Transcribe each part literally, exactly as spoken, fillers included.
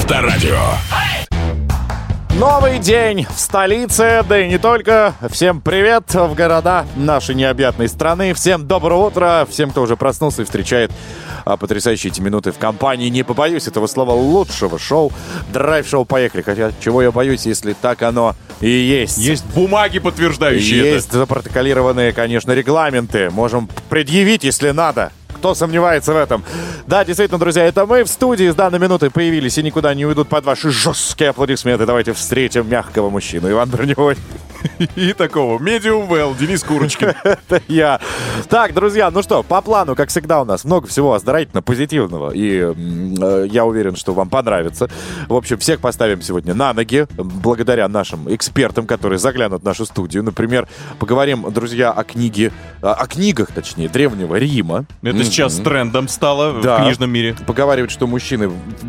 Авторадио. Новый день в столице, да и не только. Всем привет в города нашей необъятной страны. Всем доброе утро. Всем, кто уже проснулся и встречает а, потрясающие эти минуты в компании. Не побоюсь этого слова, лучшего шоу. Драйв-шоу «Поехали». Хотя, чего я боюсь, если так оно и есть. Есть бумаги, подтверждающие есть это. Есть запротоколированные, конечно, регламенты. Можем предъявить, если надо. Кто сомневается в этом? Да, действительно, друзья, это мы в студии с данной минуты появились и никуда не уйдут под ваши жесткие аплодисменты. Давайте встретим мягкого мужчину. Иван Броневой. И такого medium well, Денис Курочкин. Это я. Так, друзья, ну что, по плану, как всегда, у нас много всего оздоровительно позитивного. И э, я уверен, что вам понравится. В общем, всех поставим сегодня на ноги, благодаря нашим экспертам, которые заглянут в нашу студию. Например, поговорим, друзья, о книге, о книгах, точнее, Древнего Рима. Это mm-hmm. сейчас трендом стало да. в книжном мире. Поговаривают, что мужчины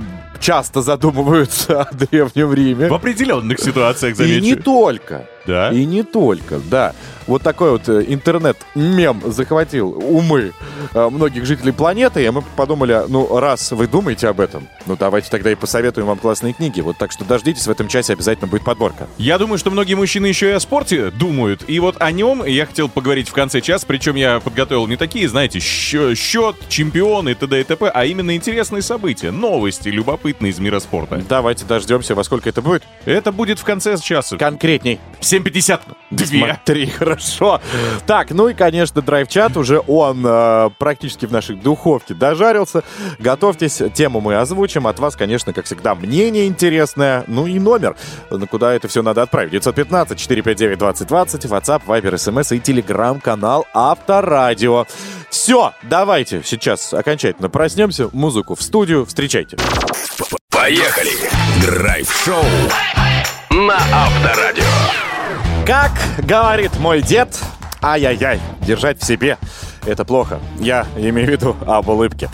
часто задумываются о Древнем Риме. В определенных ситуациях, замечу. И не только. Да? И не только, да. Вот такой вот интернет-мем захватил умы многих жителей планеты, и мы подумали, ну, раз вы думаете об этом, ну, давайте тогда и посоветуем вам классные книги. Вот так что дождитесь, в этом часе обязательно будет подборка. Я думаю, что многие мужчины еще и о спорте думают, и вот о нем я хотел поговорить в конце часа, причем я подготовил не такие, знаете, счет, чемпионы и т.д. и т.п., а именно интересные события, новости, любопытные из мира спорта. Давайте дождемся, во сколько это будет? Это будет в конце часа. Конкретней. семь пятьдесят два. Смотри, хорошо. Так, ну и, конечно, драйв-чат уже он э, практически в нашей духовке дожарился. Готовьтесь, тему мы озвучим. От вас, конечно, как всегда, мнение интересное. Ну и номер, на куда это все надо отправить. девятьсот пятнадцать четыреста пятьдесят девять двадцать двадцать, WhatsApp, Viber, смс и телеграм-канал Авторадио. Все, давайте сейчас окончательно проснемся. Музыку в студию. Встречайте. Поехали! Драйв-шоу на Авторадио. Как говорит мой дед, ай-яй-яй, держать в себе — это плохо. Я имею в виду об улыбке.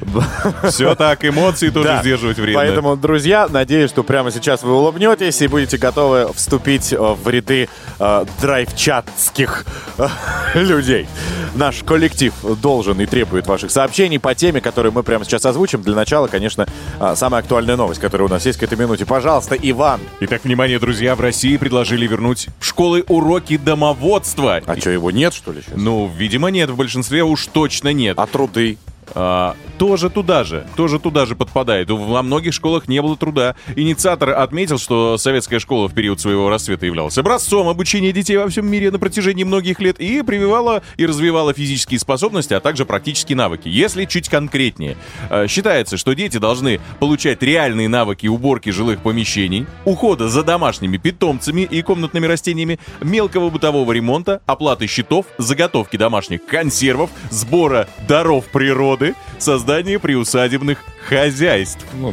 Все так, эмоции тоже да. сдерживать вредно. Поэтому, друзья, надеюсь, что прямо сейчас вы улыбнетесь и будете готовы вступить в ряды э, драйв-чатских э, людей. Наш коллектив должен и требует ваших сообщений по теме, которую мы прямо сейчас озвучим. Для начала, конечно, э, самая актуальная новость, которая у нас есть к этой минуте. Пожалуйста, Иван. Итак, внимание, друзья, в России предложили вернуть в школы уроки домоводства. А и... что, его нет, что ли, сейчас? Ну, видимо, нет, в большинстве уж точно нет. А труды? А, тоже туда же, тоже туда же подпадает. Во многих школах не было труда. Инициатор отметил, что советская школа в период своего расцвета являлась образцом обучения детей во всем мире на протяжении многих лет и прививала и развивала физические способности, а также практические навыки. Если чуть конкретнее, считается, что дети должны получать реальные навыки уборки жилых помещений, ухода за домашними питомцами и комнатными растениями, мелкого бытового ремонта, оплаты счетов, заготовки домашних консервов, сбора даров природы, создание приусадебных хозяйств. Ну,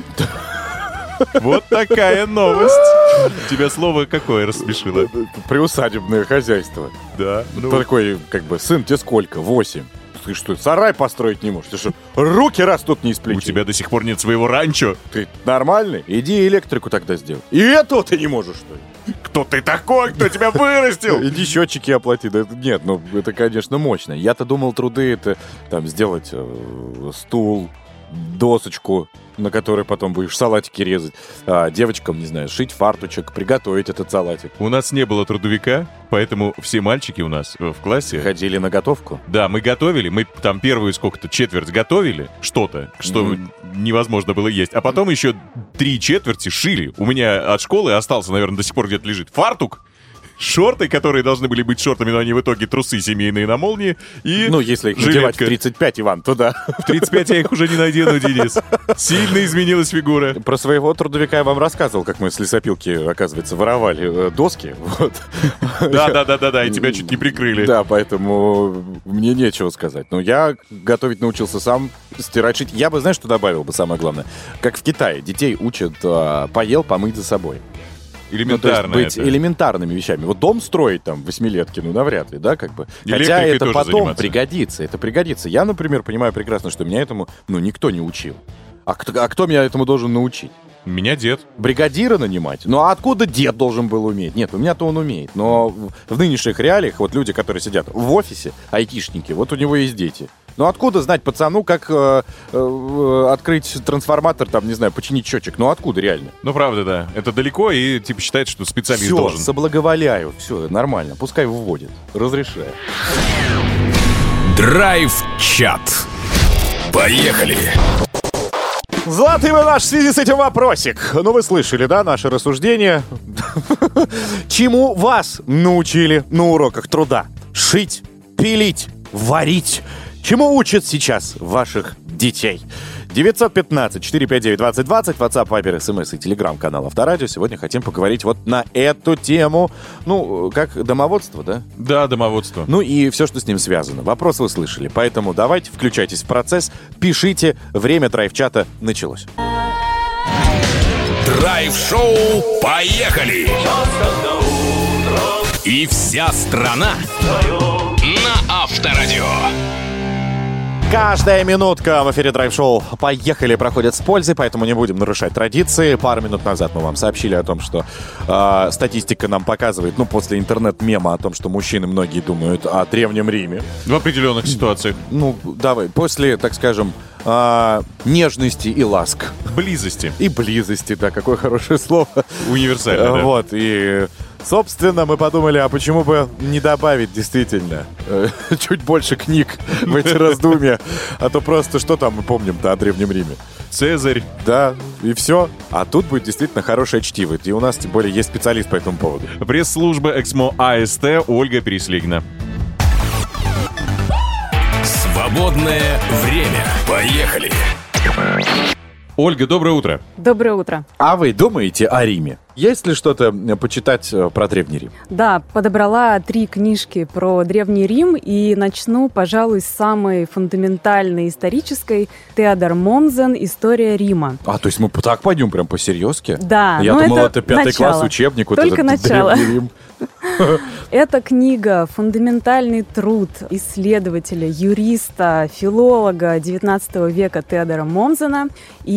вот такая новость. Тебя слово какое рассмешило? Приусадебное хозяйство. Да. Ну... Такой, как бы, сын, тебе сколько? Восемь. Ты что, сарай построить не можешь? Ты что, руки растут не из плечей? У тебя до сих пор нет своего ранчо. Ты нормальный? Иди электрику тогда сделай. И этого ты не можешь, что ли? Кто ты такой? Кто тебя вырастил? Иди счетчики оплати. Да, нет, ну это, конечно, мощно. Я-то думал, труды это там сделать э, стул, досочку, на которой потом будешь салатики резать. А девочкам, не знаю, шить фартучек, приготовить этот салатик. У нас не было трудовика, поэтому все мальчики у нас в классе... Ходили на готовку? Да, мы готовили, мы там первую сколько-то четверть готовили, что-то, что mm. невозможно было есть. А потом еще три четверти шили. У меня от школы остался, наверное, до сих пор где-то лежит фартук, шорты, которые должны были быть шортами, но они в итоге трусы семейные на молнии, и ну, если их жилетка. надевать в тридцать пять, Иван, то да. В тридцать пять я их уже не надену, Денис. Сильно изменилась фигура. Про своего трудовика я вам рассказывал, как мы с лесопилки, оказывается, воровали доски. Вот. Да-да-да-да, и тебя чуть не прикрыли. Да, поэтому мне нечего сказать. Но я готовить научился сам, стирать, шить. Я бы, знаешь, что добавил бы, самое главное? Как в Китае. Детей учат поел, помыть за собой. Элементарно. Ну, то есть быть это. элементарными вещами. Вот дом строить там восьмилетки, ну, навряд ли, да, как бы. Хотя это потом заниматься. пригодится, это пригодится. Я, например, понимаю прекрасно, что меня этому, ну, никто не учил. А кто, а кто меня этому должен научить? Меня дед. Бригадира нанимать? Ну, а откуда дед должен был уметь? Нет, у меня-то он умеет. Но в нынешних реалиях вот люди, которые сидят в офисе, айтишники, вот у него есть дети. Ну откуда знать пацану, как э, э, открыть трансформатор, там, не знаю, починить счетчик? Ну откуда реально? Ну, правда, да. Это далеко, и типа считает, что специалист Все, должен. соблаговоляю, все, нормально, пускай выводит, разрешаю. Драйв-чат. Поехали! Золотый вы наш в связи с этим вопросик. Ну, вы слышали, да, наше рассуждение? Чему вас научили на уроках труда? Шить, пилить, варить. Чему учат сейчас ваших детей? девятьсот пятнадцать четыреста пятьдесят девять двадцать двадцать, WhatsApp, Viber, эс эм эс и Telegram-канал Авторадио. Сегодня хотим поговорить вот на эту тему. Ну, как домоводство, да? Да, домоводство. Ну и все, что с ним связано. Вопрос вы слышали, поэтому давайте включайтесь в процесс, пишите. Время драйв-чата началось. Драйв-шоу «Поехали!» И вся страна на Авторадио. Каждая минутка в эфире драйв-шоу «Поехали» проходит с пользой, поэтому не будем нарушать традиции. Пару минут назад мы вам сообщили о том, что э, статистика нам показывает, ну, после интернет-мема о том, что мужчины многие думают о ДревнемРиме. В определенных ситуациях. Ну, давай, после, так скажем, э, нежности и ласк. Близости. И близости, да, какое хорошее слово. Универсально, да. Вот, и... Собственно, мы подумали, а почему бы не добавить действительно э, чуть больше книг в эти раздумья, а то просто что там мы помним-то о Древнем Риме? Цезарь. Да, и все. А тут будет действительно хорошее чтиво. И у нас, тем более, есть специалист по этому поводу. Пресс-служба Эксмо АСТ Ольга Переслигна. Свободное время. Поехали! Ольга, доброе утро. Доброе утро. А вы думаете о Риме? Есть ли что-то почитать про Древний Рим? Да, подобрала три книжки про Древний Рим и начну, пожалуй, с самой фундаментальной исторической. Теодор Момзен «История Рима». А, то есть мы так пойдем прям по-серьезке? Да. Я но думал, это, это пятый начало. класс учебник. Вот Только этот начало. Древний Рим. Эта книга — фундаментальный труд исследователя, юриста, филолога девятнадцатого века Теодора Момзена.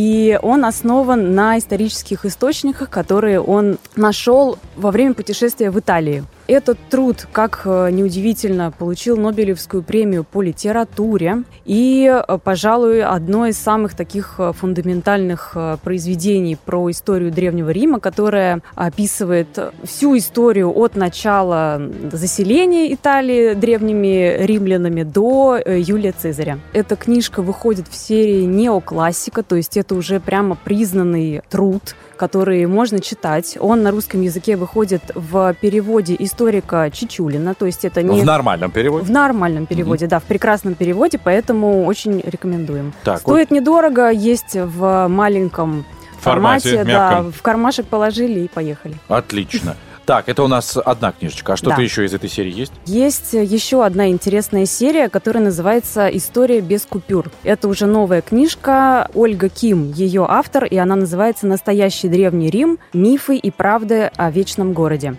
И он основан на исторических источниках, которые он нашел во время путешествия в Италию. Этот труд, как неудивительно, получил Нобелевскую премию по литературе. И, пожалуй, одно из самых таких фундаментальных произведений про историю Древнего Рима, которое описывает всю историю от начала заселения Италии древними римлянами до Юлия Цезаря. Эта книжка выходит в серии неоклассика, то есть это уже прямо признанный труд, который можно читать. Он на русском языке выходит в переводе историка Чичулина, то есть это не... В нормальном переводе? В нормальном переводе, mm-hmm. да, в прекрасном переводе, поэтому очень рекомендуем. Так, Стоит вот... недорого, есть в маленьком формате, формате да, в кармашек положили и поехали. Отлично. Так, это у нас одна книжечка. А что-то Да. еще из этой серии есть? Есть еще одна интересная серия, которая называется «История без купюр». Это уже новая книжка. Ольга Ким, ее автор, и она называется «Настоящий Древний Рим. Мифы и правды о вечном городе».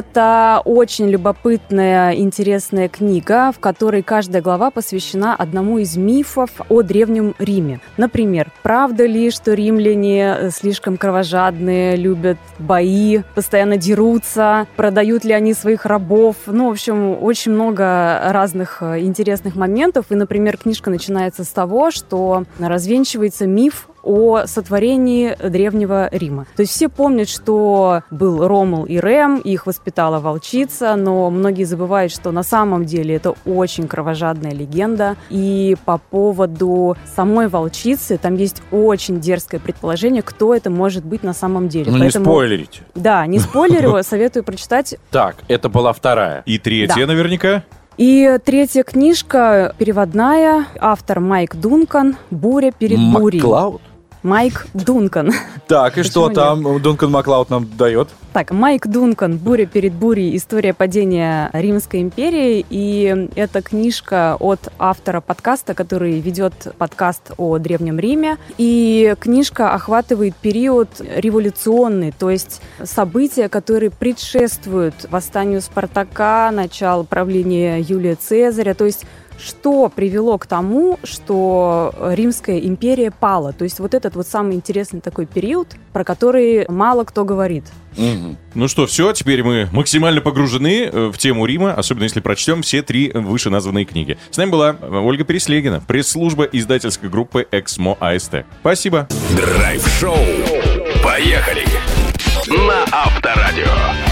Это очень любопытная, интересная книга, в которой каждая глава посвящена одному из мифов о Древнем Риме. Например, правда ли, что римляне слишком кровожадные, любят бои, постоянно дерутся, продают ли они своих рабов. Ну, в общем, очень много разных интересных моментов. И, например, книжка начинается с того, что развенчивается миф о сотворении Древнего Рима. То есть все помнят, что был Ромул и Рем, их воспитала волчица, но многие забывают, что на самом деле это очень кровожадная легенда. И по поводу самой волчицы там есть очень дерзкое предположение, кто это может быть на самом деле. Ну, Поэтому... не спойлерите. Да, не спойлерю, советую прочитать. Так, это была вторая. И третья Да. наверняка. И третья книжка переводная, автор Майк Дункан «Буря перед бурей». Маклауд? Майк Дункан. Так, и что Почему там Дункан Маклауд нам дает? Так, Майк Дункан «Буря перед бурей. История падения Римской империи». И это книжка от автора подкаста, который ведет подкаст о Древнем Риме. И книжка охватывает период революционный, то есть события, которые предшествуют восстанию Спартака, началу правления Юлия Цезаря. То есть что привело к тому, что Римская империя пала. То есть вот этот вот самый интересный такой период, про который мало кто говорит. Угу. Ну что, все, теперь мы максимально погружены в тему Рима, особенно если прочтем все три вышеназванные книги. С нами была Ольга Переслегина, пресс-служба издательской группы «Эксмо АСТ». Спасибо. Драйв-шоу. Поехали! На Авторадио.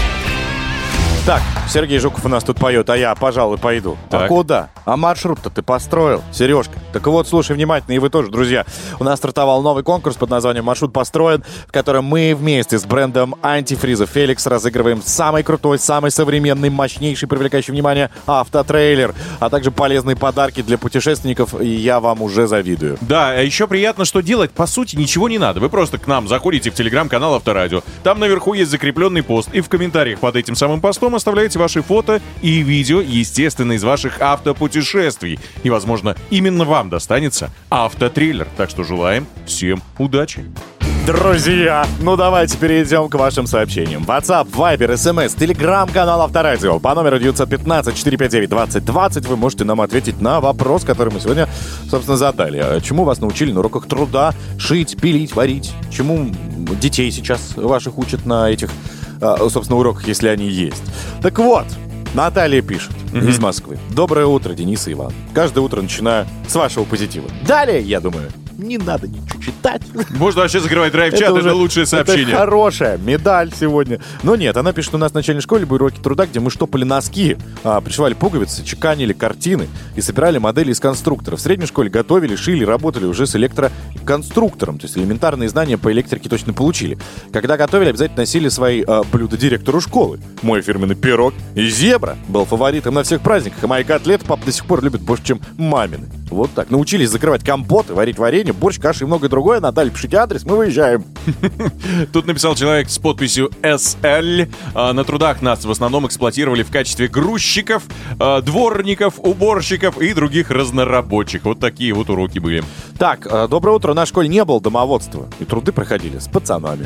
Так, Сергей Жуков у нас тут поет, а я, пожалуй, пойду. Так. А куда? А маршрут-то ты построил, Сережка. Так вот, слушай внимательно, и вы тоже, друзья. У нас стартовал новый конкурс под названием «Маршрут построен», в котором мы вместе с брендом антифриза «Феликс» разыгрываем самый крутой, самый современный, мощнейший, привлекающий внимание автотрейлер, а также полезные подарки для путешественников, и я вам уже завидую. Да, а еще приятно, что делать, по сути, ничего не надо. Вы просто к нам заходите в телеграм-канал Авторадио. Там наверху есть закрепленный пост, и в комментариях под этим самым постом оставляете ваши фото и видео, естественно, из ваших автопутешествий. И, возможно, именно вам достанется автотрейлер. Так что желаем всем удачи. Друзья, ну давайте перейдем к вашим сообщениям. WhatsApp, Viber, эс эм эс, телеграм-канал Авторадио. По номеру девять один пять четыре пять девять двадцать двадцать вы можете нам ответить на вопрос, который мы сегодня, собственно, задали. Чему вас научили на уроках труда? Шить, пилить, варить? Чему детей сейчас ваших учат на этих, собственно, уроках, если они есть? Так вот, Наталья пишет mm-hmm. из Москвы. Доброе утро, Денис и Иван. Каждое утро начинаю с вашего позитива. Далее, я думаю, не надо ничего читать. Можно вообще закрывать драйв-чат, это, это лучшее сообщение. Это хорошая медаль сегодня. Но нет, она пишет, у нас в начальной школе были уроки труда, где мы штопали носки, а, пришивали пуговицы, чеканили картины и собирали модели из конструкторов. В средней школе готовили, шили, работали уже с электроконструктором. То есть элементарные знания по электрике точно получили. Когда готовили, обязательно носили свои а, блюда директору школы. Мой фирменный пирог и зебра был фаворитом на всех праздниках. А мои котлеты папа до сих пор любит больше, чем мамины. Вот так. Научились закрывать компоты, варить варенье, борщ, каши и многое другое. Наталья, пишите адрес, мы выезжаем. Тут написал человек с подписью эс эл. На трудах нас в основном эксплуатировали в качестве грузчиков, дворников, уборщиков и других разнорабочих. Вот такие вот уроки были. Так, доброе утро. У нас в школе не было домоводства. И труды проходили с пацанами.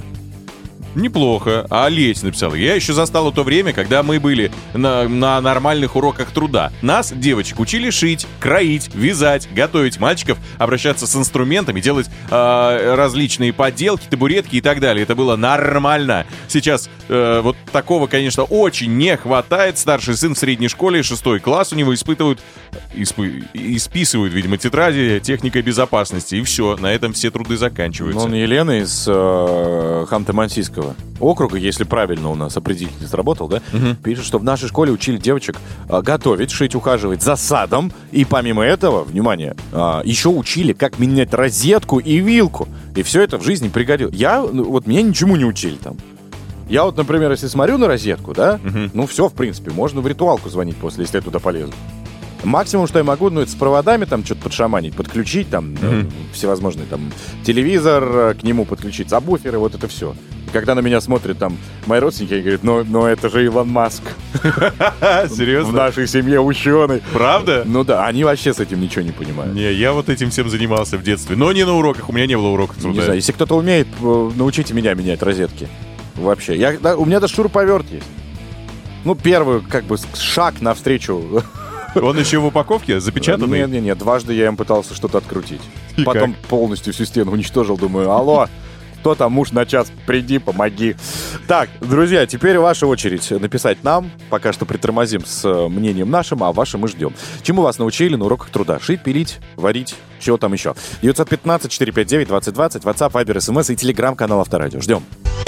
Неплохо. А Олесь написал. Я еще застал то время, когда мы были на, на нормальных уроках труда. Нас, девочек, учили шить, кроить, вязать, готовить, мальчиков обращаться с инструментами, делать э, различные поделки, табуретки и так далее. Это было нормально. Сейчас э, вот такого, конечно, очень не хватает. Старший сын в средней школе, шестой класс у него испытывают, испы, исписывают, видимо, тетради техникой безопасности. И все, на этом все труды заканчиваются. Ну, он Елена из э, Ханты-Мансийского округа, если правильно у нас определитель сработал, да, угу. пишет, что в нашей школе учили девочек а, готовить, шить, ухаживать за садом, и помимо этого, внимание, а, еще учили, как менять розетку и вилку, и все это в жизни пригодилось. Я, ну, вот меня ничему не учили там. Я вот, например, если смотрю на розетку, да, угу. ну все, в принципе, можно в ритуалку звонить после, если я туда полезу. Максимум, что я могу, ну, это с проводами там что-то подшаманить, подключить, там, mm-hmm. да, всевозможные, там, телевизор, к нему подключить сабвуферы, вот это все. Когда на меня смотрят, там, мои родственники, они говорят, ну, ну это же Илон Маск. Серьезно? В нашей семье ученый. Правда? Ну да, они вообще с этим ничего не понимают. Не, я вот этим всем занимался в детстве, но не на уроках, у меня не было уроков труда. Не знаю, если кто-то умеет, научите меня менять розетки. Вообще. Я, да, у меня даже шуруповерт есть. Ну, первый, как бы, шаг навстречу... Он еще в упаковке запечатанный? Нет, нет, нет. Дважды я им пытался что-то открутить. И Потом как? полностью всю стену уничтожил. Думаю, алло, кто там, муж на час, приди, помоги. Так, друзья, теперь ваша очередь написать нам. Пока что притормозим с мнением нашим, а ваше мы ждем. Чему вас научили на уроках труда? Шить, пилить, варить, чего там еще? девять один пять четыре пять девять двадцать двадцать, WhatsApp, Viber, эс эм эс и телеграм-канал Авторадио. Ждем.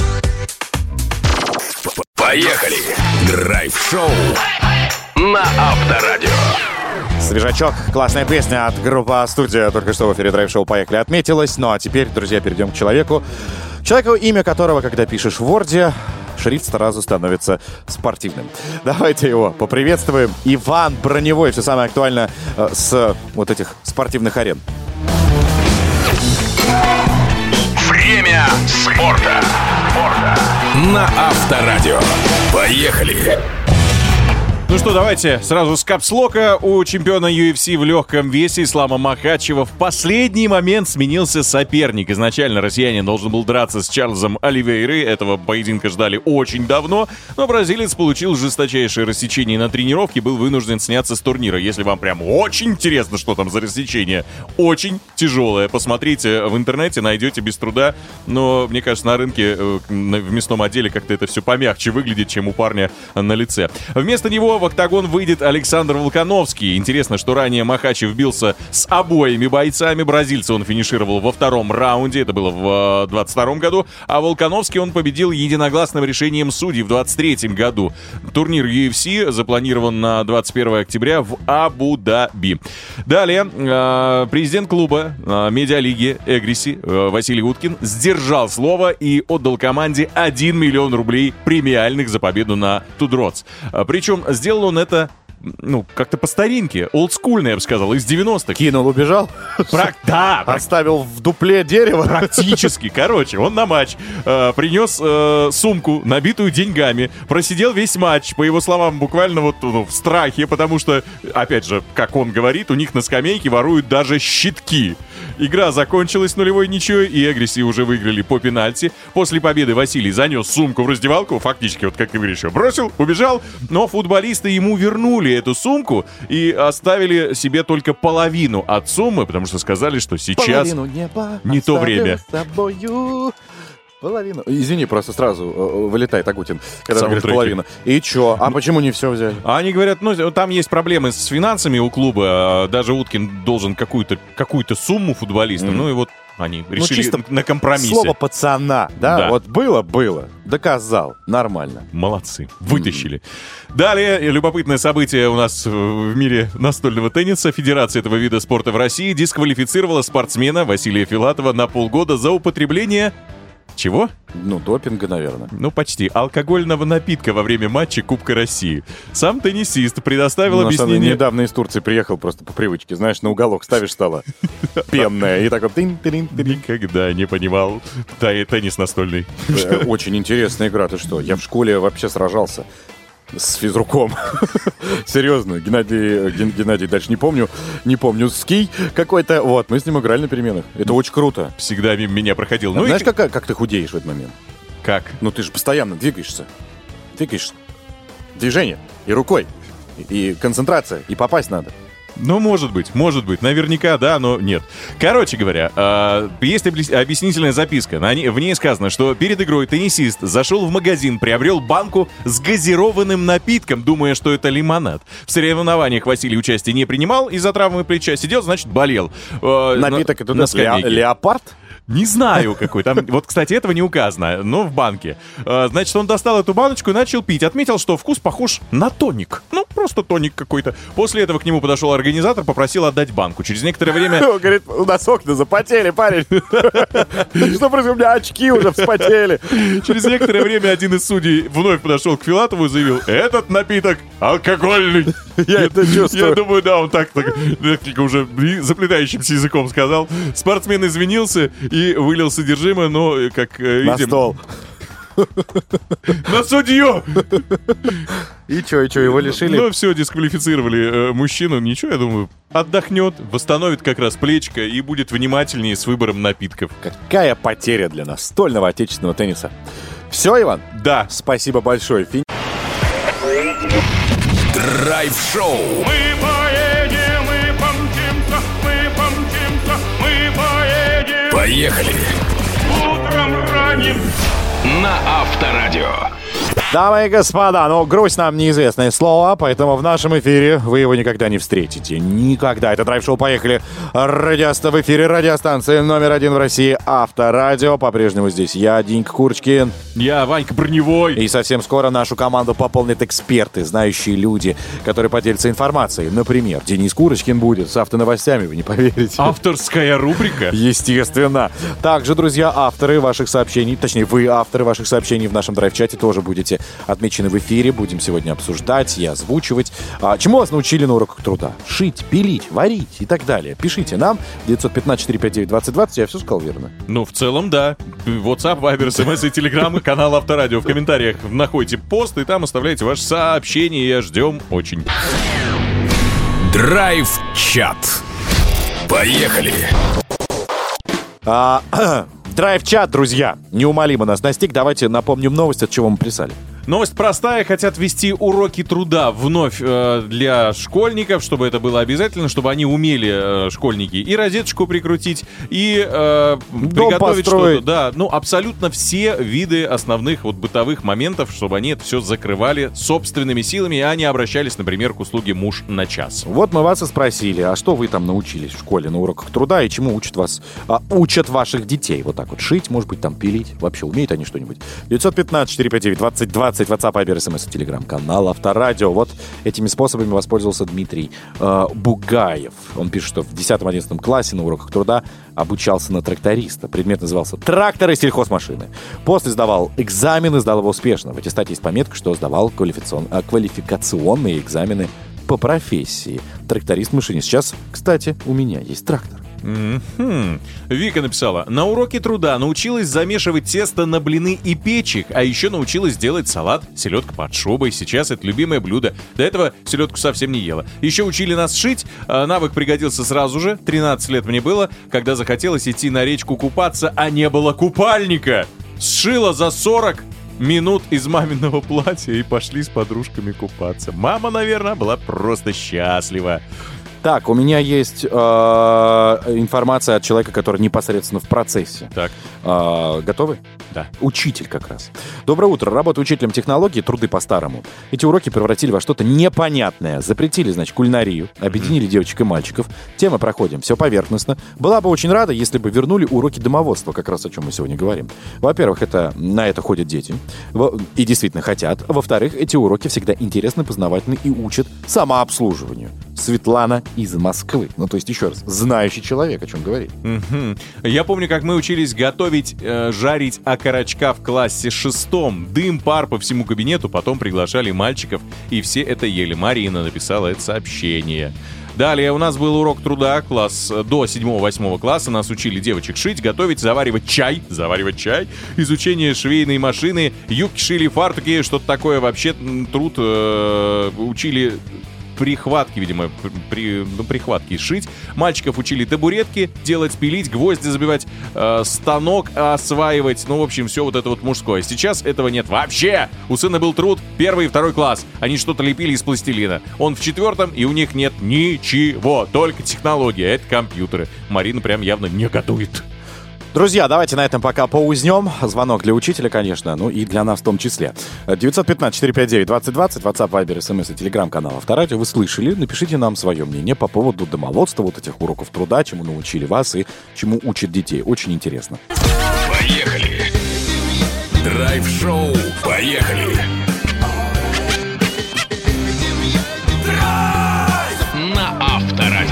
Поехали! Драйв-шоу на Авторадио. Свежачок, классная песня от группы «Студия». Только что в эфире драйв-шоу «Поехали» отметилась. Ну а теперь, друзья, перейдем к человеку. Человеку, имя которого, когда пишешь в Ворде, шрифт сразу становится спортивным. Давайте его поприветствуем. Иван Броневой. Все самое актуальное э, с вот этих спортивных арен. Время спорта. спорта. На Авторадио. Поехали! Ну что, давайте сразу с капслока. У чемпиона ю эф си в легком весе Ислама Махачева в последний момент сменился соперник. Изначально россиянин должен был драться с Чарльзом Оливейрой. Этого поединка ждали очень давно, но бразилец получил жесточайшее рассечение на тренировке и был вынужден сняться с турнира. Если вам прям очень интересно, что там за рассечение, очень тяжелое, посмотрите в интернете, найдете без труда. Но, мне кажется, на рынке, в мясном отделе как-то это все помягче выглядит, чем у парня на лице. Вместо него в октагон выйдет Александр Волконовский. Интересно, что ранее Махачев бился с обоими бойцами. Бразильца он финишировал во втором раунде, это было в двадцать втором году, а Волконовский он победил единогласным решением судей в двадцать третьем году. Турнир ю эф си запланирован на двадцать первого октября в Абу-Даби. Далее, президент клуба медиалиги Эгриси Василий Уткин сдержал слово и отдал команде один миллион рублей премиальных за победу на Тудроц. Причем сделал он это, ну, как-то по старинке, олдскульно, я бы сказал, из девяностых. Кинул, убежал? Прак... Да, оставил в дупле дерево? Практически. Короче, он на матч э, принес э, сумку, набитую деньгами, просидел весь матч, по его словам, буквально вот ну, в страхе, потому что, опять же, как он говорит, у них на скамейке воруют даже щитки. Игра закончилась нулевой ничьей, и Эгриси уже выиграли по пенальти. После победы Василий занес сумку в раздевалку, фактически, вот как ты говоришь, бросил, убежал, но футболисты ему вернули эту сумку и оставили себе только половину от суммы, потому что сказали, что сейчас не то время. Половину. Извини, просто сразу э, вылетает Агутин, когда говорит Саундтреки. половину. И чё? А почему не все взяли? А они говорят, ну, там есть проблемы с финансами у клуба. Даже Уткин должен какую-то, какую-то сумму футболистам. Mm. Ну и вот они решили чисто на компромиссе. Слово пацана, да? Да. Вот было-было, доказал, нормально. Молодцы, вытащили. Mm. Далее, любопытное событие у нас в мире настольного тенниса. Федерация этого вида спорта в России дисквалифицировала спортсмена Василия Филатова на полгода за употребление... Чего? Ну, допинга, наверное. Ну, почти. Алкогольного напитка во время матча Кубка России. Сам теннисист предоставил ну, объяснение... Недавно из Турции приехал просто по привычке. Знаешь, на уголок ставишь стола. Пенная. И так вот... Никогда не понимал теннис настольный. Очень интересная игра. Ты что? Я в школе вообще сражался с физруком. Серьезно, Геннадий, Ген, Геннадий, дальше не помню, не помню, ский какой-то. Вот, мы с ним играли на переменах. Это очень круто. Всегда мимо меня проходил. А ну знаешь, и... как, как ты худеешь в этот момент? Как? Ну, ты же постоянно двигаешься. Двигаешься. Движение. И рукой. И, и концентрация. И попасть надо. Ну, может быть, может быть. Наверняка, да, но нет. Короче говоря, э, есть объяснительная записка. На ней, в ней сказано, что перед игрой теннисист зашел в магазин, приобрел банку с газированным напитком, думая, что это лимонад. В соревнованиях Василий участие не принимал из-за травмы плеча. Сидел, значит, болел. Э, Напиток это на скамейке. Леопард? Не знаю какой. Там, вот, кстати, этого не указано, но в банке. А, значит, он достал эту баночку и начал пить. Отметил, что вкус похож на тоник. Ну, просто тоник какой-то. После этого к нему подошел организатор, попросил отдать банку. Через некоторое время... Он говорит, у нас окна запотели, парень. Что происходит? У меня очки уже вспотели. Через некоторое время один из судей вновь подошел к Филатову и заявил: этот напиток алкогольный. Я это чувствую. Я думаю, да, он так, так несколько уже заплетающимся языком сказал. Спортсмен извинился и вылил содержимое, но, как видим... На стол. На судью! И что, и что, его лишили? Ну, все, дисквалифицировали э, мужчину. Ничего, я думаю, отдохнет, восстановит как раз плечико и будет внимательнее с выбором напитков. Какая потеря для настольного отечественного тенниса. Все, Иван? Да. Спасибо большое. Фин... Драйв-шоу. Мы поедем, мы помчимся, мы помчимся, мы поедем. Поехали. Утром ранним. На Авторадио. Дамы и господа, ну, грусть нам неизвестное слово, поэтому в нашем эфире вы его никогда не встретите. Никогда. Это драйв-шоу «Поехали». Радиоста в эфире, радиостанция номер один в России, Авторадио. По-прежнему здесь я, Динька Курочкин. Я, Ванька Броневой. И совсем скоро нашу команду пополнят эксперты, знающие люди, которые поделятся информацией. Например, Денис Курочкин будет с автоновостями, вы не поверите. Авторская рубрика. Естественно. Также, друзья, авторы ваших сообщений, точнее, вы, авторы ваших сообщений в нашем драйв-чате тоже будете отмечены в эфире. Будем сегодня обсуждать и озвучивать. А, чему вас научили на уроках труда? Шить, пилить, варить и так далее. Пишите нам. девятьсот пятнадцать четыреста пятьдесят девять двадцать двадцать. Я все сказал верно? Ну, в целом, да. WhatsApp, Viber, эс эм эс и Telegram, канал Авторадио. В комментариях находите пост, и там оставляйте ваши сообщения. Ждем очень. Драйв-чат. Поехали! А, драйв-чат, друзья, неумолимо нас настиг. Давайте напомним новость, от чего мы писали. Новость простая. Хотят ввести уроки труда вновь э, для школьников, чтобы это было обязательно, чтобы они умели, э, школьники, и розеточку прикрутить, и э, приготовить что-то. Да, ну, абсолютно все виды основных вот бытовых моментов, чтобы они это все закрывали собственными силами, а не обращались, например, к услуге «Муж на час». Вот мы вас и спросили, а что вы там научились в школе на уроках труда, и чему учат вас, а, учат ваших детей? Вот так вот шить, может быть, там пилить. Вообще, умеют они что-нибудь? девятьсот пятнадцать четыреста пятьдесят девять двадцать двадцать. WhatsApp, Viber, эс эм эс и Telegram-канал Авторадио. Вот этими способами воспользовался Дмитрий э, Бугаев. Он пишет, что в десятом-одиннадцатом классе на уроках труда обучался на тракториста. Предмет назывался «Тракторы и сельхозмашины». После сдавал экзамены, сдал его успешно. В аттестате есть пометка, что сдавал квалификацион... квалификационные экзамены по профессии. Тракторист-машинист. Сейчас, кстати, у меня есть трактор. Mm-hmm. Вика написала: на уроке труда научилась замешивать тесто на блины и печь их, а еще научилась делать салат, селедка под шубой. Сейчас это любимое блюдо. До этого селедку совсем не ела. Еще учили нас шить. Навык пригодился сразу же. тринадцать лет мне было, когда захотелось идти на речку купаться, а не было купальника. Сшила за сорок минут из маминого платья и пошли с подружками купаться. Мама, наверное, была просто счастлива. Так, у меня есть э, информация от человека, который непосредственно в процессе. Так. Э, готовы? Да. Учитель как раз. Доброе утро. Работаю учителем технологии, труды по-старому. Эти уроки превратили во что-то непонятное. Запретили, значит, кулинарию. Объединили mm-hmm. девочек и мальчиков. Темы проходим. Все поверхностно. Была бы очень рада, если бы вернули уроки домоводства, как раз о чем мы сегодня говорим. Во-первых, это, на это ходят дети. И действительно хотят. Во-вторых, эти уроки всегда интересны, познавательны и учат самообслуживанию. Светлана из Москвы. Ну, то есть, еще раз, знающий человек, о чем говорит. Mm-hmm. Я помню, как мы учились готовить, э, жарить окорочка в классе шестом. Дым, пар по всему кабинету. Потом приглашали мальчиков, и все это ели. Марина написала это сообщение. Далее у нас был урок труда, класс до седьмого-восьмого класса. Нас учили девочек шить, готовить, заваривать чай. Заваривать чай. Изучение швейной машины. Юбки шили, фартуки, что-то такое. Вообще труд э, учили... Прихватки, видимо, при, ну, прихватки шить. Мальчиков учили табуретки делать, пилить, гвозди забивать, э, станок осваивать. Ну, в общем, все вот это вот мужское. Сейчас этого нет вообще. У сына был труд первый и второй класс. Они что-то лепили из пластилина. Он в четвертом, и у них нет ничего. Только технология. Это компьютеры. Марина прям явно негодует. Друзья, давайте на этом пока поузнем. Звонок для учителя, конечно, ну и для нас в том числе. девятьсот пятнадцать четыреста пятьдесят девять двадцать двадцать, WhatsApp, Viber, эс эм эс и Telegram-канал Авторадио. Вы слышали? Напишите нам свое мнение по поводу домоводства, вот этих уроков труда, чему научили вас и чему учат детей. Очень интересно. Поехали! Драйв-шоу. Поехали! На Авторадио.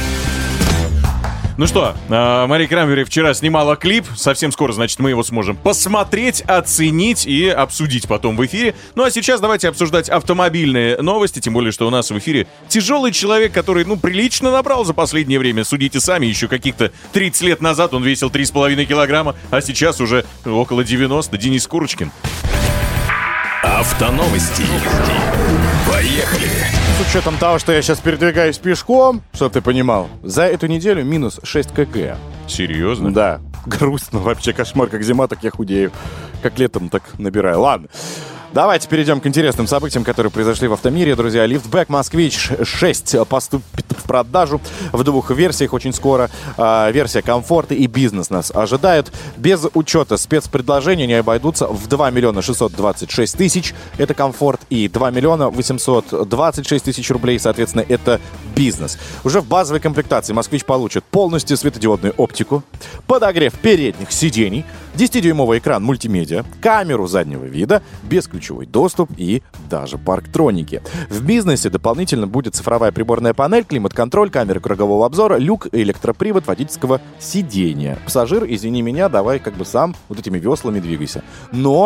Ну что, Мария Крамбери вчера снимала клип. Совсем скоро, значит, мы его сможем посмотреть, оценить и обсудить потом в эфире. Ну а сейчас давайте обсуждать автомобильные новости. Тем более, что у нас в эфире тяжелый человек, который, ну, прилично набрал за последнее время. Судите сами, еще каких-то тридцать лет назад он весил три с половиной килограмма, а сейчас уже около девяноста. Денис Курочкин. Автоновости. Поехали! С учетом того, что я сейчас передвигаюсь пешком, чтобы ты понимал, за эту неделю минус шесть килограмм. Серьезно? Да. Грустно. Вообще кошмар. Как зима, так я худею. Как летом, так набираю. Ладно. Давайте перейдем к интересным событиям, которые произошли в автомире. Друзья, лифтбэк «Москвич шесть» поступит в продажу в двух версиях очень скоро. А, версия «Комфорт» и «Бизнес» нас ожидают. Без учета спецпредложений они обойдутся в два миллиона шестьсот двадцать шесть тысяч. Это «Комфорт». И два миллиона восемьсот двадцать шесть тысяч рублей, соответственно, это «Бизнес». Уже в базовой комплектации «Москвич» получит полностью светодиодную оптику, подогрев передних сидений, десятидюймовый экран мультимедиа, камеру заднего вида, бесключевой доступ и даже парктроники. В «Бизнесе» дополнительно будет цифровая приборная панель, климат-контроль, камеры кругового обзора, люк, электропривод водительского сидения. Пассажир, извини меня, давай как бы сам вот этими веслами двигайся. Но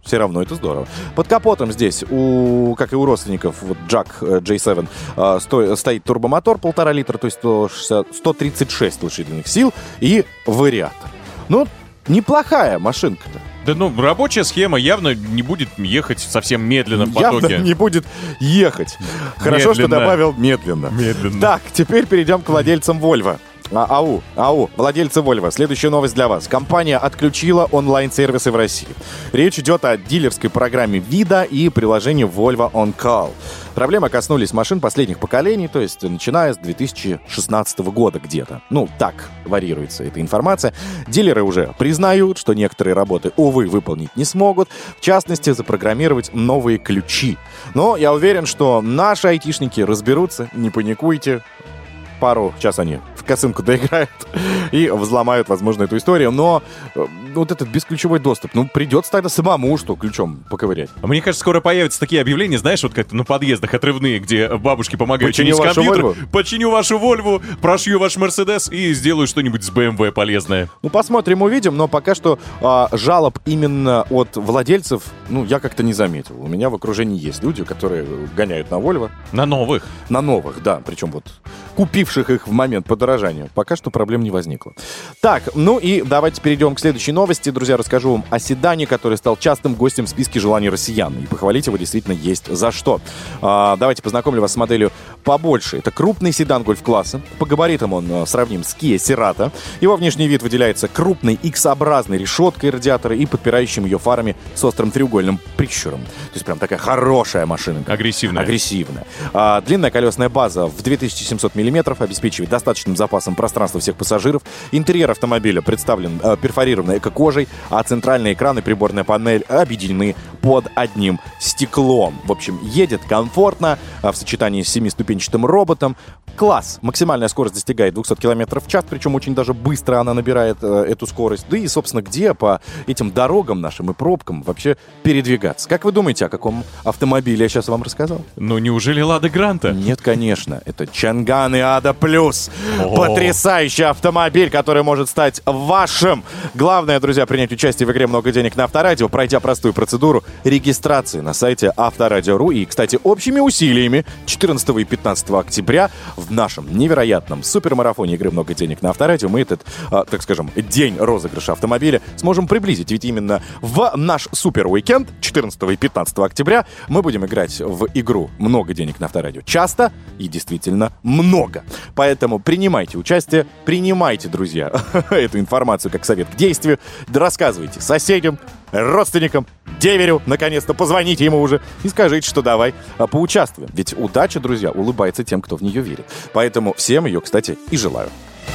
все равно это здорово. Под капотом здесь, у, как и у родственников, вот Джак джей семь, э, сто, стоит турбомотор полтора литра, то есть сто шестьдесят, сто тридцать шесть лошадиных сил и вариатор. Ну, неплохая машинка-то. Да ну, рабочая схема явно не будет ехать совсем медленно в потоке. Явно не будет ехать. Хорошо, Медленно. что добавил медленно. Медленно. Так, теперь перейдем к владельцам Volvo. А, ау, ау, владельцы Volvo, следующая новость для вас. Компания отключила онлайн-сервисы в России. Речь идет о дилерской программе Vida и приложении Volvo On Call. Проблемы коснулись машин последних поколений, то есть начиная с две тысячи шестнадцатого года где-то. Ну, так варьируется эта информация. Дилеры уже признают, что некоторые работы, увы, выполнить не смогут. В частности, запрограммировать новые ключи. Но я уверен, что наши айтишники разберутся, не паникуйте. Пару, сейчас они в косынку доиграют и взломают, возможно, эту историю. Но э, вот этот бесключевой доступ, ну, придется тогда самому, что, ключом поковырять. А мне кажется, скоро появятся такие объявления, знаешь, вот как-то на подъездах отрывные, где бабушки помогают Починю чинить вашу компьютер. Volvo. Починю вашу Volvo, прошью ваш Mercedes и сделаю что-нибудь с бэ эм вэ полезное. Ну, посмотрим, увидим, но пока что а, жалоб именно от владельцев, ну, я как-то не заметил. У меня в окружении есть люди, которые гоняют на Volvo. На новых. На новых, да, причем вот купивших их в момент подорожания. Пока что проблем не возникло. Так, ну и давайте перейдем к следующей новости. Друзья, расскажу вам о седане, который стал частым гостем в списке желаний россиян. И похвалить его действительно есть за что. А, давайте познакомлю вас с моделью побольше. Это крупный седан гольф-класса. По габаритам он а, сравним с Kia Cerato. Его внешний вид выделяется крупной X-образной решеткой радиатора и подпирающим ее фарами с острым треугольным прищуром. То есть прям такая хорошая машина. Агрессивная. Агрессивная. А, длинная колесная база в две тысячи семьсот миллиметров обеспечивает достаточным запасом пространства всех пассажиров. Интерьер автомобиля представлен э, перфорированной эко-кожей, а центральные экраны и приборная панель объединены под одним стеклом. В общем, едет комфортно э, в сочетании с семиступенчатым роботом. Класс. Максимальная скорость достигает двести километров в час, причем очень даже быстро она набирает э, эту скорость. Да и, собственно, где по этим дорогам нашим и пробкам вообще передвигаться? Как вы думаете, о каком автомобиле я сейчас вам рассказал? Ну, неужели Лада Гранта? Нет, конечно. Это Чанган и Ада Плюс. О. Потрясающий автомобиль, который может стать вашим. Главное, друзья, принять участие в игре «Много денег» на Авторадио, пройдя простую процедуру регистрации на сайте авторадио точка ру. И, кстати, общими усилиями четырнадцатого и пятнадцатого октября в нашем невероятном супермарафоне игры «Много денег» на Авторадио мы этот, а, так скажем, день розыгрыша автомобиля сможем приблизить. Ведь именно в наш супер-уикенд четырнадцатого и пятнадцатого октября мы будем играть в игру «Много денег» на Авторадио. Часто и действительно много. Поэтому принимайте участие, принимайте, друзья, эту информацию как совет к действию, рассказывайте соседям, родственникам, деверю, наконец-то позвоните ему уже и скажите, что давай а, поучаствуем. Ведь удача, друзья, улыбается тем, кто в нее верит. Поэтому всем ее, кстати, и желаю.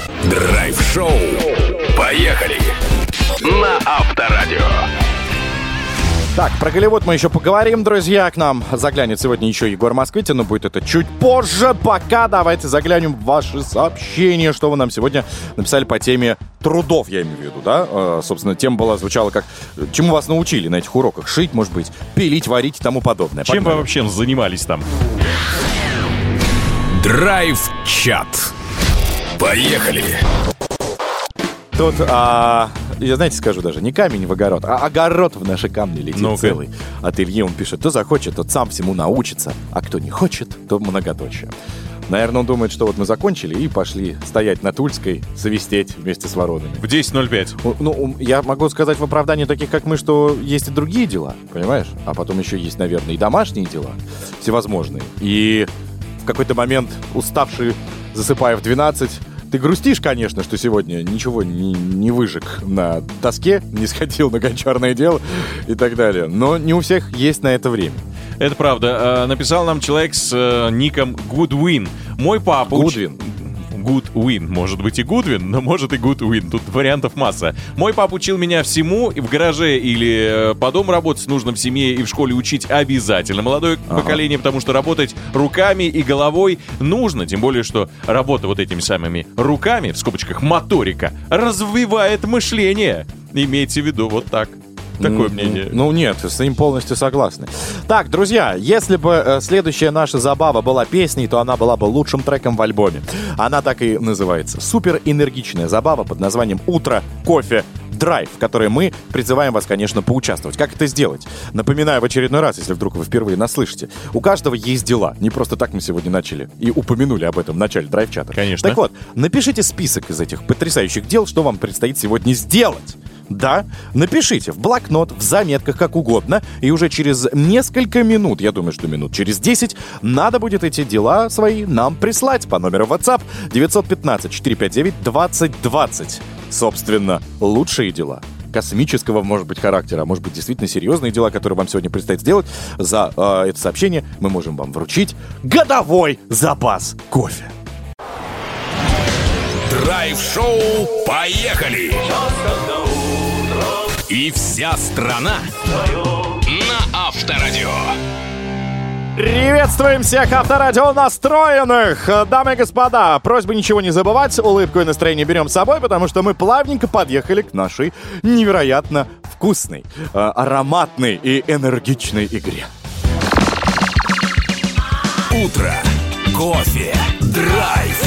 Драйв-шоу. Поехали. На Авторадио. Так, про Голливуд мы еще поговорим, друзья. К нам заглянет сегодня еще Егор Москвитин, но будет это чуть позже. Пока давайте заглянем в ваши сообщения, что вы нам сегодня написали по теме трудов, я имею в виду, да? Э, собственно, тема была, звучала как, чему вас научили на этих уроках? Шить, может быть, пилить, варить и тому подобное. Чем Погнали. вы вообще занимались там? Драйв-чат. Поехали. Тут, а, я знаете, скажу даже, не камень в огород, а огород в наши камни летит Ну-ка. целый. От Ильи он пишет, кто захочет, тот сам всему научится, а кто не хочет, то многоточие. Наверное, он думает, что вот мы закончили и пошли стоять на Тульской, свистеть вместе с воронами. В десять ноль пять. Ну, я могу сказать в оправдании таких, как мы, что есть и другие дела, понимаешь? А потом еще есть, наверное, и домашние дела всевозможные. И в какой-то момент, уставший, засыпая в двенадцать, ты грустишь, конечно, что сегодня ничего не, не выжег на доске, не сходил на гончарное дело и так далее. Но не у всех есть на это время. Это правда. Э, Написал нам человек с э, ником Goodwin. Мой папа... уч- Гудвин. Goodwin. Может быть и Гудвин, но может и Goodwin. Тут вариантов масса. Мой папа учил меня всему, и в гараже или э, по дому работать нужно в семье и в школе учить обязательно. Молодое Ага. поколение, потому что работать руками и головой нужно. Тем более, что работа вот этими самыми руками, в скобочках моторика, развивает мышление. Имейте в виду вот так. Такое М, мнение. Ну нет, с ним полностью согласны. Так, друзья, если бы э, следующая наша забава была песней, то она была бы лучшим треком в альбоме. Она так и называется. Супер энергичная забава под названием «Утро, кофе, драйв, в который мы призываем вас, конечно, поучаствовать. Как это сделать? Напоминаю в очередной раз, если вдруг вы впервые нас слышите. У каждого есть дела. Не просто так мы сегодня начали и упомянули об этом в начале драйв-чата. Конечно. Так вот, напишите список из этих потрясающих дел, что вам предстоит сегодня сделать. Да, напишите в блокнот, в заметках, как угодно, и уже через несколько минут, я думаю, что минут через десять, надо будет эти дела свои нам прислать по номеру WhatsApp девятьсот пятнадцать четыреста пятьдесят девять двадцать двадцать. Собственно, лучшие дела космического, может быть, характера, а может быть, действительно серьезные дела, которые вам сегодня предстоит сделать. За э, это сообщение мы можем вам вручить годовой запас кофе. Драйв-шоу «Поехали!» И вся страна на Авторадио. Приветствуем всех Авторадио настроенных! Дамы и господа, просьба ничего не забывать, улыбку и настроение берем с собой, потому что мы плавненько подъехали к нашей невероятно вкусной, э, ароматной и энергичной игре. Утро, кофе, драйв.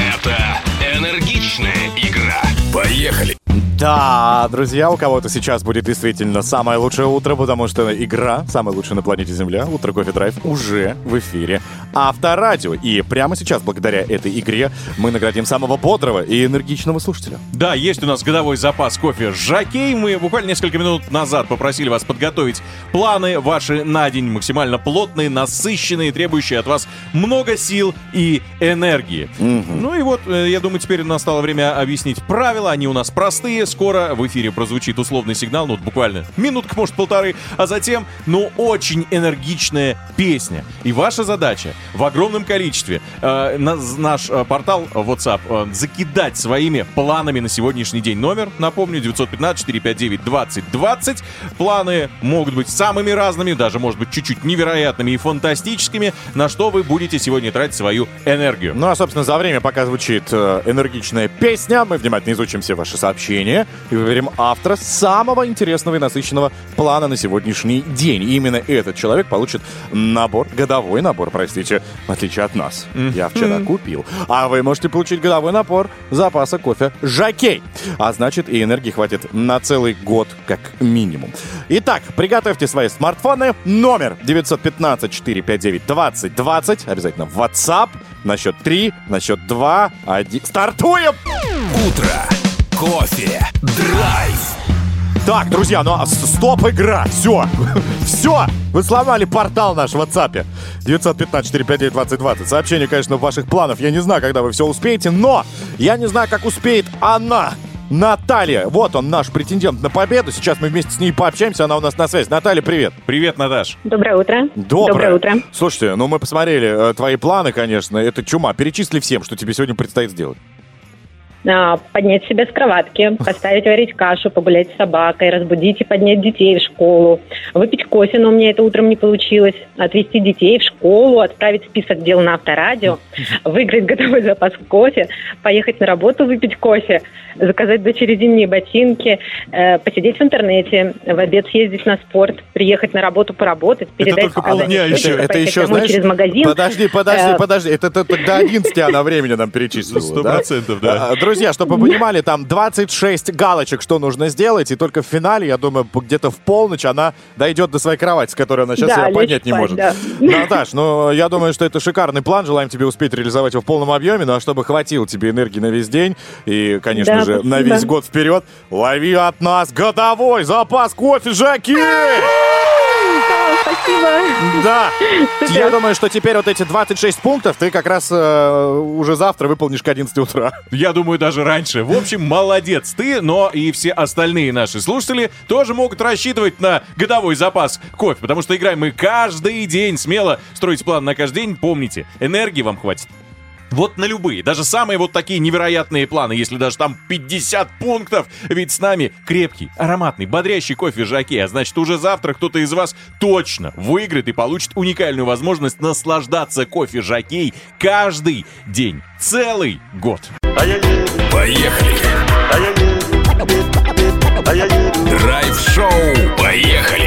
Это энергичная игра. Поехали! Да, друзья, у кого-то сейчас будет действительно самое лучшее утро, потому что игра, самая лучшая на планете Земля, Утро Кофе Драйв, уже в эфире Авторадио. И прямо сейчас, благодаря этой игре, мы наградим самого бодрого и энергичного слушателя. Да, есть у нас годовой запас кофе «Жокей». Мы буквально несколько минут назад попросили вас подготовить планы ваши на день, максимально плотные, насыщенные, требующие от вас много сил и энергии. Mm-hmm. Ну и вот, я думаю, теперь настало время объяснить правила. Они у нас простые. Скоро в эфире прозвучит условный сигнал, ну, буквально минутка, может, полторы, а затем, ну, очень энергичная песня. И ваша задача в огромном количестве э, на, наш э, портал WhatsApp э, закидать своими планами на сегодняшний день. Номер, напомню, девятьсот пятнадцать четыреста пятьдесят девять двадцать двадцать. Планы могут быть самыми разными, даже, может быть, чуть-чуть невероятными и фантастическими, на что вы будете сегодня тратить свою энергию. Ну, а, собственно, за время, пока звучит э, энергичная песня, мы внимательно изучим все ваши сообщения и выберем автора самого интересного и насыщенного плана на сегодняшний день. И именно этот человек получит набор, годовой набор, простите, в отличие от нас. Mm-hmm. Я вчера купил. А вы можете получить годовой набор запаса кофе «Жокей». А значит, и энергии хватит на целый год как минимум. Итак, приготовьте свои смартфоны. Номер девятьсот пятнадцать четыреста пятьдесят девять двадцать двадцать. Обязательно в WhatsApp. На счет три, на счет два, один. Стартуем! Утро, кофе, драйв. Так, друзья, ну стоп, игра, все, все, вы сломали портал наш в WhatsApp. девятьсот пятнадцать четыреста пятьдесят девять двадцать двадцать. Сообщение, конечно, ваших планов. Я не знаю, когда вы все успеете, но я не знаю, как успеет она. Наталья, вот он, наш претендент на победу. Сейчас мы вместе с ней пообщаемся, она у нас на связи. Наталья, привет. Привет, Наташ. Доброе утро. Доброе, Доброе утро. Слушайте, ну мы посмотрели э, твои планы, конечно, это чума. Перечисли всем, что тебе сегодня предстоит сделать. А, поднять себя с кроватки, поставить варить кашу, погулять с собакой, разбудить и поднять детей в школу, выпить кофе, но у меня это утром не получилось, отвезти детей в школу, отправить список дел на Авторадио, выиграть годовой запас кофе, поехать на работу, выпить кофе, заказать дочери зимние ботинки, э, посидеть в интернете, в обед съездить на спорт, приехать на работу поработать, передать... Это только полдня еще. Это еще, знаешь, через магазин. Подожди, подожди, Э, подожди, это ты до одиннадцати она времени нам перечислила. Сто процентов, да. А, Друзья, чтобы вы понимали, там двадцать шесть галочек, что нужно сделать, и только в финале, я думаю, где-то в полночь она дойдет до своей кровати, с которой она сейчас Да, себя лечь поднять не спать, может. да. Наташ, ну, я думаю, что это шикарный план, желаем тебе успеть реализовать его в полном объеме, ну, а чтобы хватило тебе энергии на весь день, и, конечно Да, же, на спасибо. весь год вперед, лови от нас годовой запас кофе «Жокей». Спасибо. Да, Супер. я думаю, что теперь вот эти двадцать шесть пунктов ты как раз э, уже завтра выполнишь к одиннадцати утра. Я думаю, даже раньше. В общем, молодец ты, но и все остальные наши слушатели тоже могут рассчитывать на годовой запас кофе, потому что играем мы каждый день. Смело строить план на каждый день. Помните, энергии вам хватит вот на любые, даже самые вот такие невероятные планы, если даже там пятьдесят пунктов, ведь с нами крепкий, ароматный, бодрящий кофе «Жокей», а значит уже завтра кто-то из вас точно выиграет и получит уникальную возможность наслаждаться кофе «Жокей» каждый день, целый год. Поехали! Драйв-шоу «Поехали!»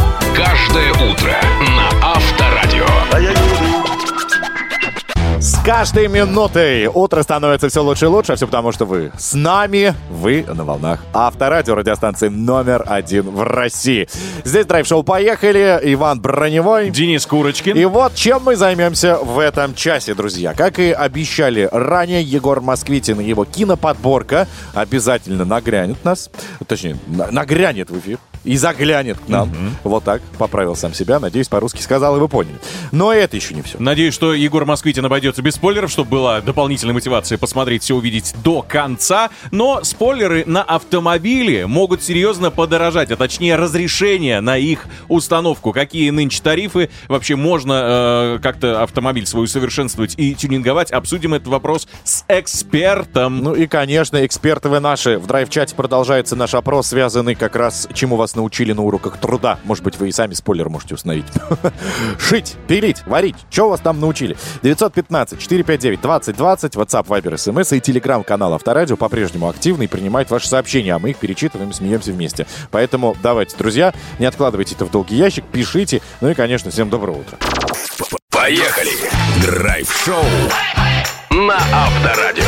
Каждое утро на Авторадио. С каждой минутой утро становится все лучше и лучше, а все потому, что вы с нами, вы на волнах Авторадио, радиостанции номер один в России. Здесь драйв-шоу «Поехали», Иван Броневой, Денис Курочкин. И вот чем мы займемся в этом часе, друзья. Как и обещали ранее, Егор Москвитин и его киноподборка обязательно нагрянет нас, точнее, нагрянет в эфир. И заглянет к нам. Mm-hmm. Вот так, поправил сам себя. Надеюсь, по-русски сказал, и вы поняли. Но это еще не все. Надеюсь, что Егор Москвитин обойдется без спойлеров, чтобы была дополнительная мотивация посмотреть все, увидеть до конца. Но спойлеры на автомобили могут серьезно подорожать, а точнее разрешение на их установку. Какие нынче тарифы? Вообще можно э, как-то автомобиль свой усовершенствовать и тюнинговать? Обсудим этот вопрос с экспертом. Ну и, конечно, эксперты вы наши. В драйв-чате продолжается наш опрос, связанный как раз, чему вас научили на уроках труда. Может быть, вы и сами спойлер можете установить. Шить, пилить, варить. Что вас там научили? девятьсот пятнадцать четыреста пятьдесят девять двадцать двадцать, WhatsApp, Viber, эс эм эс и телеграм-канал Авторадио по-прежнему активны и принимает ваши сообщения, а мы их перечитываем и смеемся вместе. Поэтому давайте, друзья, не откладывайте это в долгий ящик, пишите. Ну и, конечно, всем доброго утра. Поехали! Драйв-шоу на Авторадио.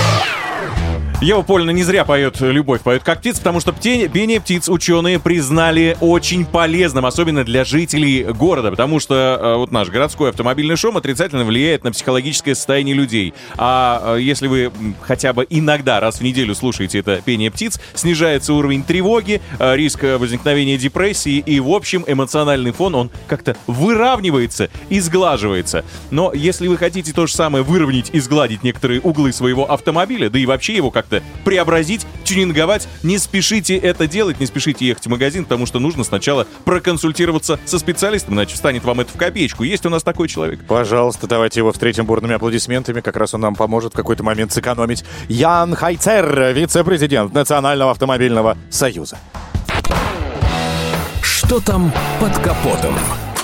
Ева Польна не зря поет «Любовь поет как птица», потому что птень, пение птиц ученые признали очень полезным, особенно для жителей города, потому что э, вот наш городской автомобильный шум отрицательно влияет на психологическое состояние людей. А э, если вы хотя бы иногда раз в неделю слушаете это пение птиц, снижается уровень тревоги, э, риск возникновения депрессии и, в общем, эмоциональный фон, он как-то выравнивается и сглаживается. Но если вы хотите то же самое выровнять и сгладить некоторые углы своего автомобиля, да и вообще его как-то преобразить, тюнинговать, не спешите это делать, не спешите ехать в магазин, потому что нужно сначала проконсультироваться со специалистом, иначе станет вам это в копеечку. Есть у нас такой человек? Пожалуйста, давайте его встретим бурными аплодисментами, как раз он нам поможет в какой-то момент сэкономить. Ян Хайцер, вице-президент Национального автомобильного союза. Что там под капотом?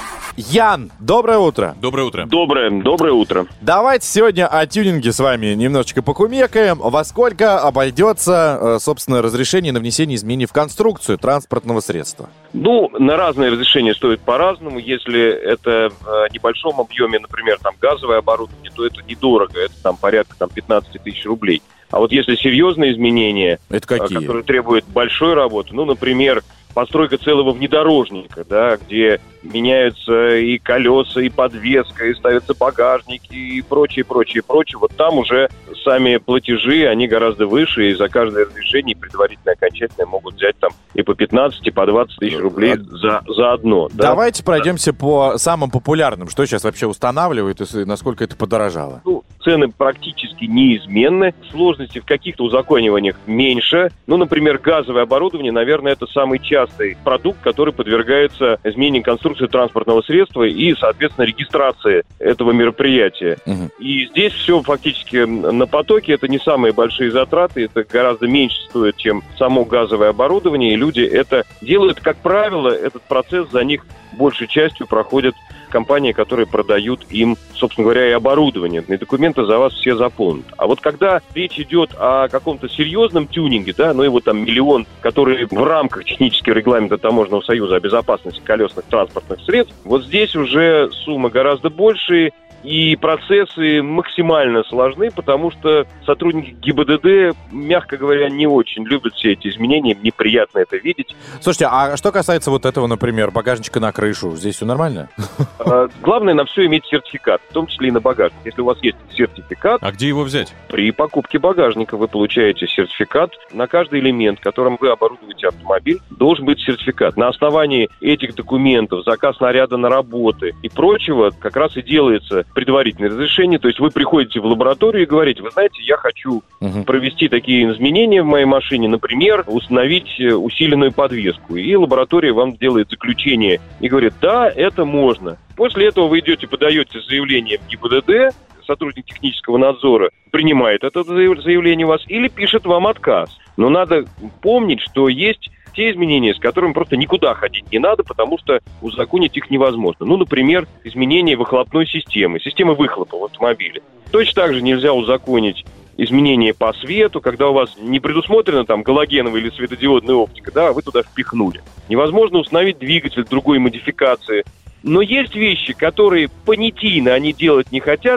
Ян, доброе утро. Доброе утро. Доброе, доброе утро. Давайте сегодня о тюнинге с вами немножечко покумекаем. Во сколько обойдется, собственно, разрешение на внесение изменений в конструкцию транспортного средства? Ну, на разные разрешения стоит по-разному. Если это в небольшом объеме, например, там газовое оборудование, то это недорого, это там порядка там, пятнадцать тысяч рублей. А вот если серьезные изменения, это какие? которые требуют большой работы, ну, например, постройка целого внедорожника, да, где меняются и колеса, и подвеска, и ставятся багажники, и прочее, прочее, прочее. Вот там уже сами платежи, они гораздо выше, и за каждое разрешение предварительное, окончательное могут взять там и по пятнадцать, и по двадцать тысяч рублей за, за одно. Да? Давайте пройдемся по самым популярным. Что сейчас вообще устанавливают и насколько это подорожало? Ну, цены практически неизменны. Сложности в каких-то узакониваниях меньше. Ну, например, газовое оборудование, наверное, это самый частый продукт, который подвергается изменению конструкции транспортного средства и, соответственно, регистрации этого мероприятия. Угу. И здесь все фактически на потоке. Это не самые большие затраты, это гораздо меньше стоит, чем само газовое оборудование. И люди это делают, как правило, этот процесс за них большей частью проходят компании, которые продают им, собственно говоря, и оборудование. И документы за вас все заполнят. А вот когда речь идет о каком-то серьезном тюнинге, да, ну его там миллион, который в рамках технического регламента Таможенного союза о безопасности колесных транспортных средств, вот здесь уже суммы гораздо большие, и процессы максимально сложны, потому что сотрудники ГИБДД, мягко говоря, не очень любят все эти изменения, им неприятно это видеть. Слушайте, а что касается вот этого, например, багажничка на крышу, здесь все нормально? Главное на все иметь сертификат, в том числе и на багажник. Если у вас есть сертификат... А где его взять? При покупке багажника вы получаете сертификат. На каждый элемент, которым вы оборудуете автомобиль, должен быть сертификат. На основании этих документов, заказ наряда на работы и прочего, как раз и делается предварительное разрешение, то есть вы приходите в лабораторию и говорите, вы знаете, я хочу uh-huh. провести такие изменения в моей машине, например, установить усиленную подвеску. И лаборатория вам делает заключение и говорит, да, это можно. После этого вы идете, подаете заявление в ГИБДД, сотрудник технического надзора принимает это заявление у вас или пишет вам отказ. Но надо помнить, что есть те изменения, с которыми просто никуда ходить не надо, потому что узаконить их невозможно. Ну, например, изменение выхлопной системы, системы выхлопа в автомобиле. Точно так же нельзя узаконить изменения по свету, когда у вас не предусмотрена там галогеновая или светодиодная оптика, да, вы туда впихнули. Невозможно установить двигатель другой модификации. Но есть вещи, которые понятийно они делать не хотят,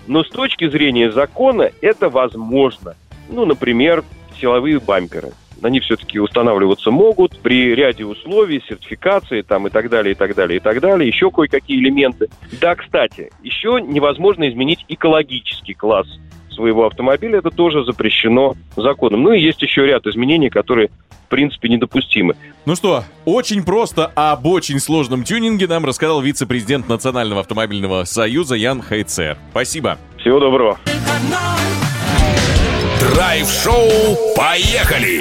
Но с точки зрения закона это возможно. Ну, например, силовые бамперы. Они все-таки устанавливаться могут при ряде условий, сертификации там, и так далее, и так далее, и так далее. Еще кое-какие элементы. Да, кстати, еще невозможно изменить экологический класс своего автомобиля. Это тоже запрещено законом. Ну и есть еще ряд изменений, которые, в принципе, недопустимы. Ну что, очень просто об очень сложном тюнинге нам рассказал вице-президент Национального автомобильного союза Ян Хайцер. Спасибо. Всего доброго. Драйв-шоу «Поехали!»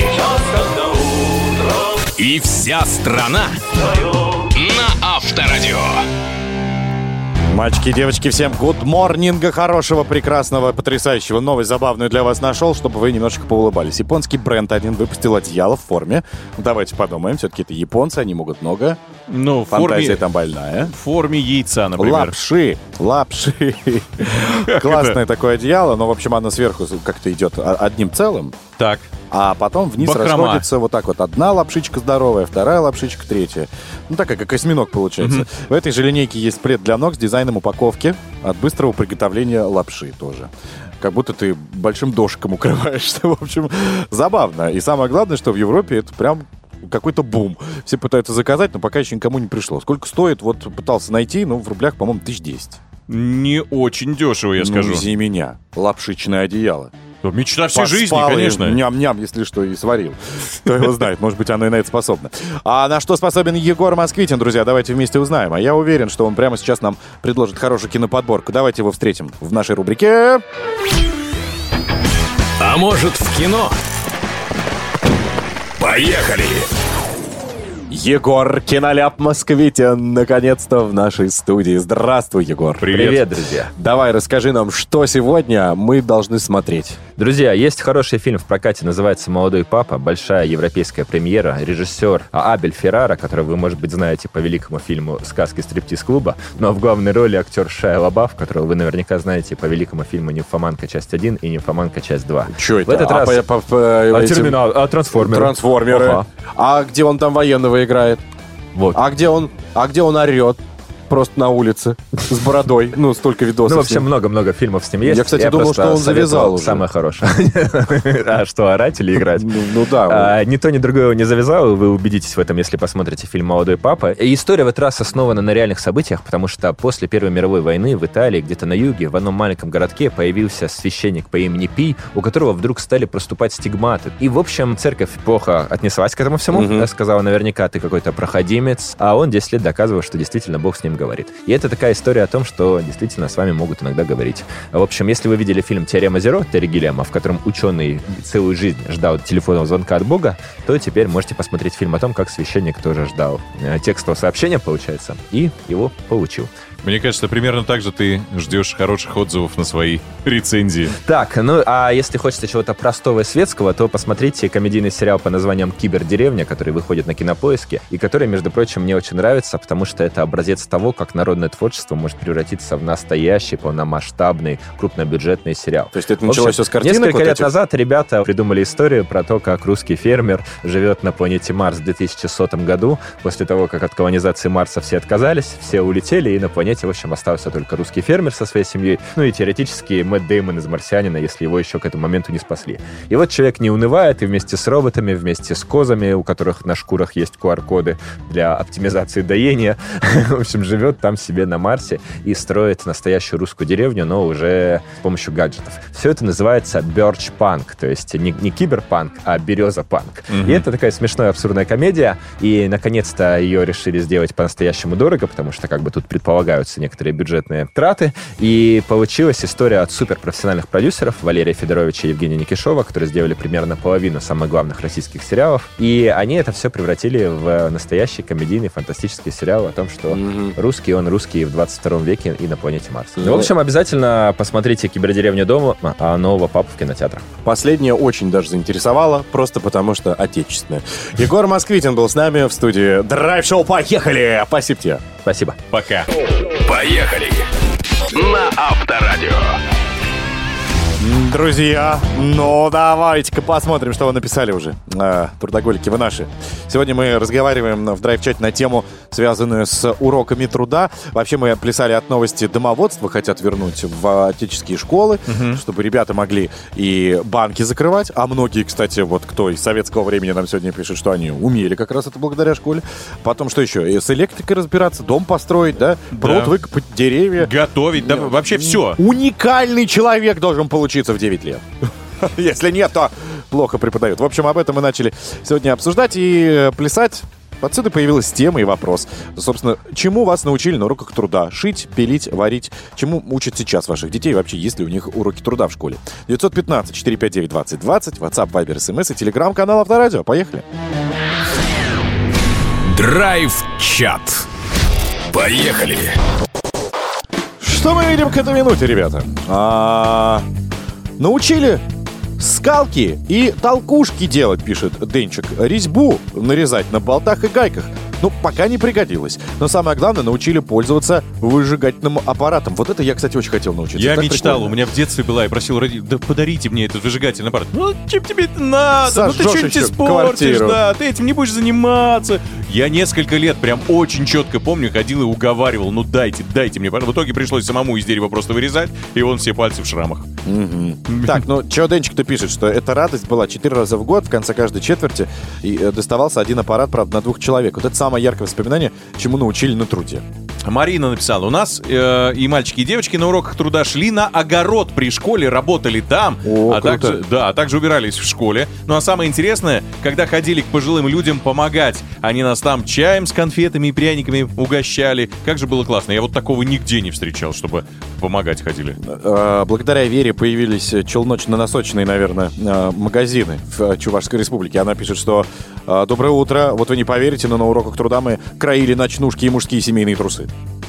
И вся страна на Авторадио. Мальчики и девочки, всем good morning, хорошего, прекрасного, потрясающего. Новость забавную для вас нашел, чтобы вы немножечко поулыбались. Японский бренд один выпустил одеяло в форме. Давайте подумаем, все-таки это японцы, они могут много. Ну, в Фантазия форме, там больная. в форме яйца, например. Лапши, лапши. Классное такое одеяло, но, в общем, оно сверху как-то идет одним целым. Так. А потом вниз Бахрома. расходится вот так вот. Одна лапшичка здоровая, вторая лапшичка, третья. Ну, такая, как осьминог получается. Mm-hmm. В этой же линейке есть плед для ног с дизайном упаковки от быстрого приготовления лапши тоже. Как будто ты большим дошиком укрываешься. В общем, забавно. И самое главное, что в Европе это прям какой-то бум. Все пытаются заказать, но пока еще никому не пришло. Сколько стоит? Вот пытался найти, ну, в рублях, по-моему, тысяч десять. Не очень дешево, я ну, скажу. Вези меня. Лапшичное одеяло. Мечта всей жизни, Поспал и конечно. Ням-ням, если что, и сварил. Кто его знает, может быть, оно и на это способно. А на что способен Егор Москвитин, друзья, давайте вместе узнаем. А я уверен, что он прямо сейчас нам предложит хорошую киноподборку. Давайте его встретим в нашей рубрике. А может, в кино? Поехали! Егор Киноляп Москвитин, наконец-то в нашей студии. Здравствуй, Егор. Привет. Привет, друзья. Давай, расскажи нам, что сегодня мы должны смотреть. Друзья, есть хороший фильм в прокате, называется «Молодой папа». Большая европейская премьера. Режиссер Абель Феррара, которого вы, может быть, знаете по великому фильму «Сказки стриптиз-клуба». Но в главной роли актер Шайа Лабаф, которого вы наверняка знаете по великому фильму «Нимфоманка. Часть один» и «Нимфоманка. Часть два». Что это? В этот а раз... По, по, по, А, этим... терминал, а, трансформеры. Трансформеры. Ага. А где он там военного играет? Вот. А где он, а где он орет? Просто на улице с бородой. Ну, столько видосов. Ну, вообще, много-много фильмов с ним есть. Я, кстати, думал, просто что он советую завязал уже. Самое хорошее. А что, орать или играть? Ну, ну да. А, ни то, ни другое не завязал, вы убедитесь в этом, если посмотрите фильм «Молодой папа». И история в этот раз основана на реальных событиях, потому что после Первой мировой войны в Италии, где-то на юге, в одном маленьком городке появился священник по имени Пи, у которого вдруг стали проступать стигматы. И, в общем, церковь плохо отнеслась к этому всему, Мгм. сказала, наверняка ты какой-то проходимец, а он десять лет доказывал, что действительно Бог с ним говорит. И это такая история о том, что действительно с вами могут иногда говорить. В общем, если вы видели фильм «Теорема Зеро» Терри Гиллиама, в котором ученый целую жизнь ждал телефонного звонка от Бога, то теперь можете посмотреть фильм о том, как священник тоже ждал э, текстового сообщения, получается, и его получил. Мне кажется, примерно так же ты ждешь хороших отзывов на свои рецензии. Так, ну а если хочется чего-то простого и светского, то посмотрите комедийный сериал по названием «Кибердеревня», который выходит на Кинопоиске, и который, между прочим, мне очень нравится, потому что это образец того, как народное творчество может превратиться в настоящий, полномасштабный, крупнобюджетный сериал. То есть это В общем, началось все с картинок? Несколько вот лет этих? назад ребята придумали историю про то, как русский фермер живет на планете Марс в две тысячи сотом году. После того, как от колонизации Марса все отказались, все улетели, и на планете, в общем, остался только русский фермер со своей семьей. Ну и теоретически Мэтт Дэймон из «Марсианина», если его еще к этому моменту не спасли. И вот человек не унывает, и вместе с роботами, вместе с козами, у которых на шкурах есть ку ар коды для оптимизации доения, в общем, живет там себе на Марсе и строит настоящую русскую деревню, но уже с помощью гаджетов. Все это называется бёрч-панк, то есть не, не киберпанк, а береза-панк. Мгм. И это такая смешная абсурдная комедия, и наконец-то ее решили сделать по-настоящему дорого, потому что как бы тут предполагаются некоторые бюджетные траты, и получилась история от суперпрофессиональных продюсеров Валерия Федоровича и Евгения Никишова, которые сделали примерно половину самых главных российских сериалов, и они это все превратили в настоящий комедийный фантастический сериал о том, что Мгм. русский, он русский в двадцать втором веке и на планете Марс. Ну, Ну, в общем, обязательно посмотрите «Кибердеревню дома», а нового папу в кинотеатрах. Последнее очень даже заинтересовало, просто потому что отечественное. Егор Москвитин был с нами в студии. Драйв-шоу, поехали! Спасибо тебе. Спасибо. Пока. Поехали! На Авторадио. Друзья, ну давайте-ка посмотрим, что вы написали уже. А, трудоголики вы наши. Сегодня мы разговариваем в драйв-чате на тему связанную с уроками труда. Вообще мы плясали от новости домоводства, хотят вернуть в отеческие школы, угу. чтобы ребята могли и банки закрывать. А многие, кстати, вот кто из советского времени нам сегодня пишет, что они умели как раз это благодаря школе. Потом что еще? И с электрикой разбираться, дом построить, да? Пруд да. выкопать, деревья. Готовить, да, вообще все. Уникальный человек должен получиться в девять лет. Если нет, то плохо преподают. В общем, об этом мы начали сегодня обсуждать и плясать. Отсюда появилась тема и вопрос. Собственно, чему вас научили на уроках труда? Шить, пилить, варить? Чему учат сейчас ваших детей? Вообще, есть ли у них уроки труда в школе? девятьсот пятнадцать четыреста пятьдесят девять двадцать двадцать, WhatsApp, Viber, эс эм эс и телеграм-канал Авторадио. Поехали. Драйв-чат. Поехали. Что мы видим к этой минуте, ребята? А, научили скалки и толкушки делать, пишет Денчик. Резьбу нарезать на болтах и гайках. Ну, пока не пригодилось. Но самое главное, научили пользоваться выжигательным аппаратом. Вот это я, кстати, очень хотел научиться. Я так мечтал, прикольно. У меня в детстве была, я просил родителей, да подарите мне этот выжигательный аппарат. Ну, чем тебе это надо? Сожжешь ну, ты что-нибудь испортишь, квартиру. да, ты этим не будешь заниматься. Я несколько лет прям очень четко помню, ходил и уговаривал, ну дайте, дайте мне. В итоге пришлось самому из дерева просто вырезать, и вон все пальцы в шрамах. Так, ну, чё Денчик-то пишет, что эта радость была четыре раза в год, в конце каждой четверти, и э, доставался один аппарат, правда, на двух человек. Вот это самое яркое воспоминание, чему научили на труде. Марина написала, у нас э, и мальчики, и девочки на уроках труда шли на огород при школе, работали там, О, а, также, да, а также убирались в школе. Ну а самое интересное, когда ходили к пожилым людям помогать, они нас там чаем с конфетами и пряниками угощали. Как же было классно. Я вот такого нигде не встречал, чтобы помогать ходили. Благодаря Вере появились челночно-носочные, наверное, магазины в Чувашской республике. Она пишет, что доброе утро, вот вы не поверите, но на уроках труда мы краили ночнушки и мужские семейные трусы.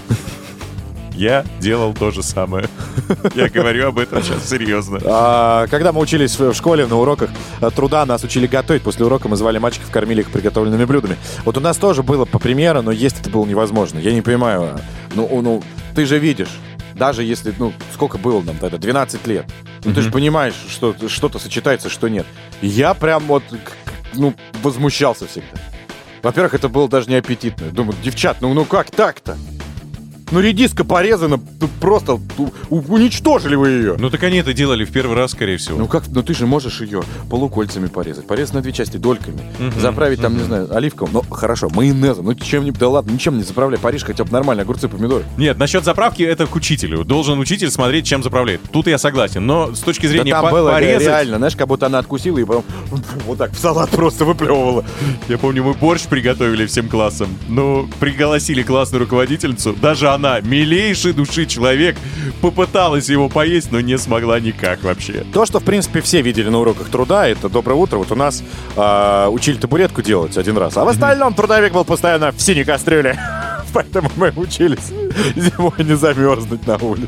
Я делал то же самое. Я говорю об этом сейчас серьезно. А, когда мы учились в школе на уроках труда, нас учили готовить. После урока мы звали мальчиков, кормили их приготовленными блюдами. Вот у нас тоже было по примеру, но есть это было невозможно. Я не понимаю. Ну, ну ты же видишь, даже если, ну, сколько было нам тогда, двенадцать лет. Ну, mm-hmm. ты же понимаешь, что что-то сочетается, что нет. Я прям вот, ну, возмущался всегда. Во-первых, это было даже не аппетитно. Думаю, девчат, ну, ну как так-то? Ну, редиска порезана, просто уничтожили вы ее. Ну, так они это делали в первый раз, скорее всего. Ну, как, ну ты же можешь ее полукольцами порезать. Порезать на две части дольками. Uh-huh, заправить там, uh-huh. не знаю, оливковым. Ну, хорошо, майонезом. Ну, чем-нибудь, да ладно, ничем не заправляй. Порежь хотя бы нормально огурцы, помидоры. Нет, насчет заправки это к учителю. Должен учитель смотреть, чем заправляет. Тут я согласен. Но с точки зрения да там по- было порезать... реально, знаешь, как будто она откусила и потом вот так в салат просто выплевывала. Я помню, мы борщ приготовили всем классом. Ну, пригласили классную руководительницу. Даже она, милейшей души человек, попыталась его поесть, но не смогла никак вообще. То, что, в принципе, все видели на уроках труда, это «Доброе утро». Вот у нас э, учили табуретку делать один раз. А в остальном mm-hmm. трудовик был постоянно в синей кастрюле. Поэтому мы учились зимой не замерзнуть на улице.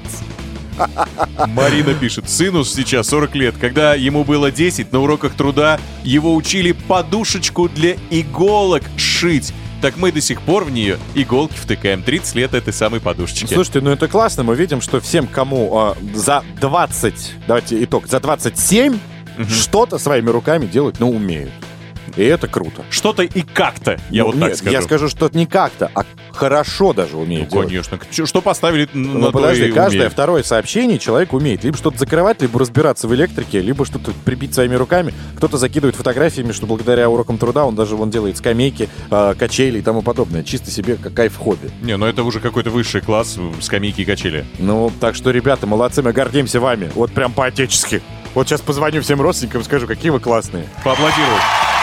Марина пишет, сыну сейчас сорок лет. Когда ему было десять, на уроках труда его учили подушечку для иголок шить. Так мы до сих пор в нее иголки втыкаем. тридцать лет этой самой подушечки. Слушайте, ну это классно. Мы видим, что всем, кому э, за двадцать, давайте итог, за двадцать семь угу. что-то своими руками делать, ну, умеют. И это круто. Что-то и как-то, я ну, вот так нет, скажу. Я скажу, что не как-то, а хорошо даже умеет ну, делать. Конечно. Что поставили ну, на подожди, каждое умеет. Второе сообщение человек умеет. Либо что-то закрывать, либо разбираться в электрике, либо что-то прибить своими руками. Кто-то закидывает фотографиями, что благодаря урокам труда он даже вон делает скамейки, э, качели и тому подобное. Чисто себе как кайф хобби. Не, ну это уже какой-то высший класс, скамейки и качели. Ну, так что, ребята, молодцы, мы гордимся вами. Вот прям по-отечески. Вот сейчас позвоню всем родственникам и скажу, какие вы классные. Поаплодирую.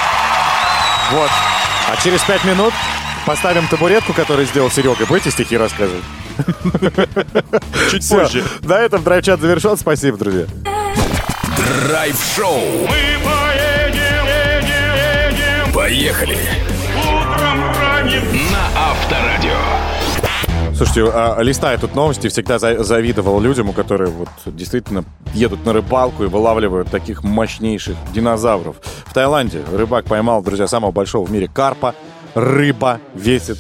Вот. А через пять минут поставим табуретку, которую сделал Серега. Будете стихи рассказывать? Чуть позже. На этом драйв-чат завершен. Спасибо, друзья. Драйв-шоу. Мы поедем, едем, едем. Поехали. Утром ранним. На Авторадио. Слушайте, а, листая тут новости, всегда за- завидовал людям, у которых вот действительно едут на рыбалку и вылавливают таких мощнейших динозавров. В Таиланде рыбак поймал, друзья, самого большого в мире карпа. Рыба весит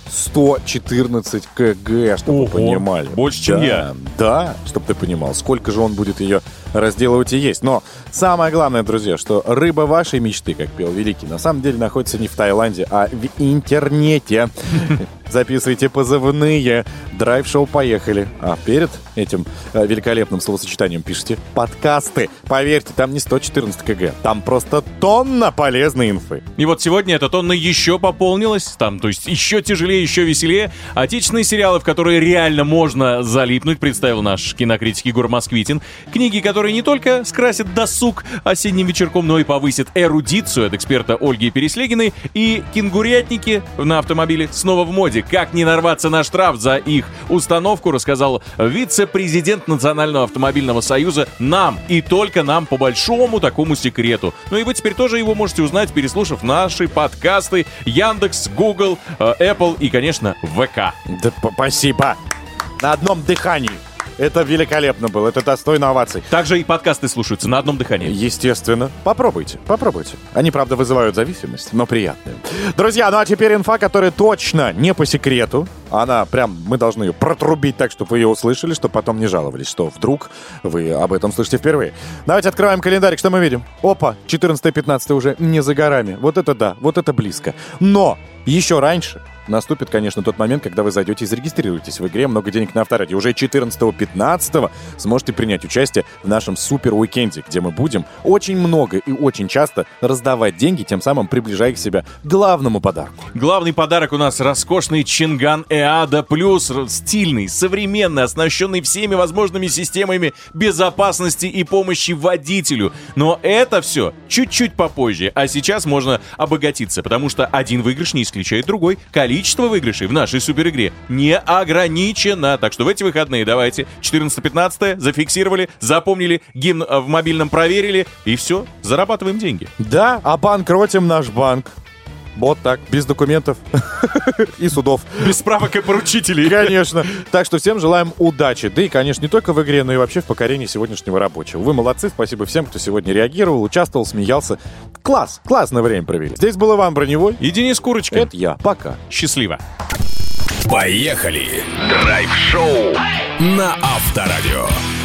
сто четырнадцать килограмм, чтобы Ого, вы понимали. больше, чем да, я. Да, чтобы ты понимал, сколько же он будет ее разделывать и есть. Но самое главное, друзья, что рыба вашей мечты, как пел Великий, на самом деле находится не в Таиланде, а в интернете. Записывайте позывные. Драйв-шоу «Поехали». А перед этим э, великолепным словосочетанием пишите подкасты. Поверьте, там не сто четырнадцать килограмм, там просто тонна полезной инфы. И вот сегодня эта тонна еще пополнилась, там, то есть еще тяжелее, еще веселее. Отечественные сериалы, в которые реально можно залипнуть, представил наш кинокритик Егор Москвитин. Книги, которые не только скрасят досуг осенним вечерком, но и повысят эрудицию от эксперта Ольги Переслегиной. И кенгурятники на автомобиле снова в моде. Как не нарваться на штраф за их установку, рассказал вице-президент Национального автомобильного союза нам и только нам по большому такому секрету. Ну и вы теперь тоже его можете узнать, переслушав наши подкасты Яндекс, Google, Apple и, конечно, ВК. Да, спасибо. На одном дыхании. Это великолепно было, это достойно оваций. Также и подкасты слушаются на одном дыхании. Естественно. Попробуйте, попробуйте. Они, правда, вызывают зависимость, но приятные. Друзья, ну а теперь инфа, которая точно не по секрету. Она прям, мы должны ее протрубить так, чтобы вы ее услышали, чтобы потом не жаловались, что вдруг вы об этом слышите впервые. Давайте открываем календарик, что мы видим? Опа, четырнадцатое-пятнадцатое уже не за горами. Вот это да, вот это близко. Но еще раньше наступит, конечно, тот момент, когда вы зайдете и зарегистрируетесь в игре «Много денег на Авторадио». Уже четырнадцатого-пятнадцатого сможете принять участие в нашем супер-уикенде, где мы будем очень много и очень часто раздавать деньги, тем самым приближая себя к главному подарку. Главный подарок у нас роскошный Чинган Эада Плюс, стильный, современный, оснащенный всеми возможными системами безопасности и помощи водителю. Но это все чуть-чуть попозже, а сейчас можно обогатиться, потому что один выигрыш не исключает другой. Количество выигрышей в нашей суперигре не ограничено, так что в эти выходные давайте четырнадцатое-пятнадцатое зафиксировали, запомнили, гимн в мобильном проверили, и все, зарабатываем деньги. Да, обанкротим наш банк. Вот так, без документов и судов. Без справок и поручителей. Конечно. Так что всем желаем удачи. Да и, конечно, не только в игре, но и вообще в покорении сегодняшнего рабочего. Вы молодцы, спасибо всем, кто сегодня реагировал, участвовал, смеялся. Класс, классное время провели. Здесь был Иван Броневой. И Денис Курочкин. Это я. Пока. Счастливо. Поехали! Драйв-шоу на Авторадио.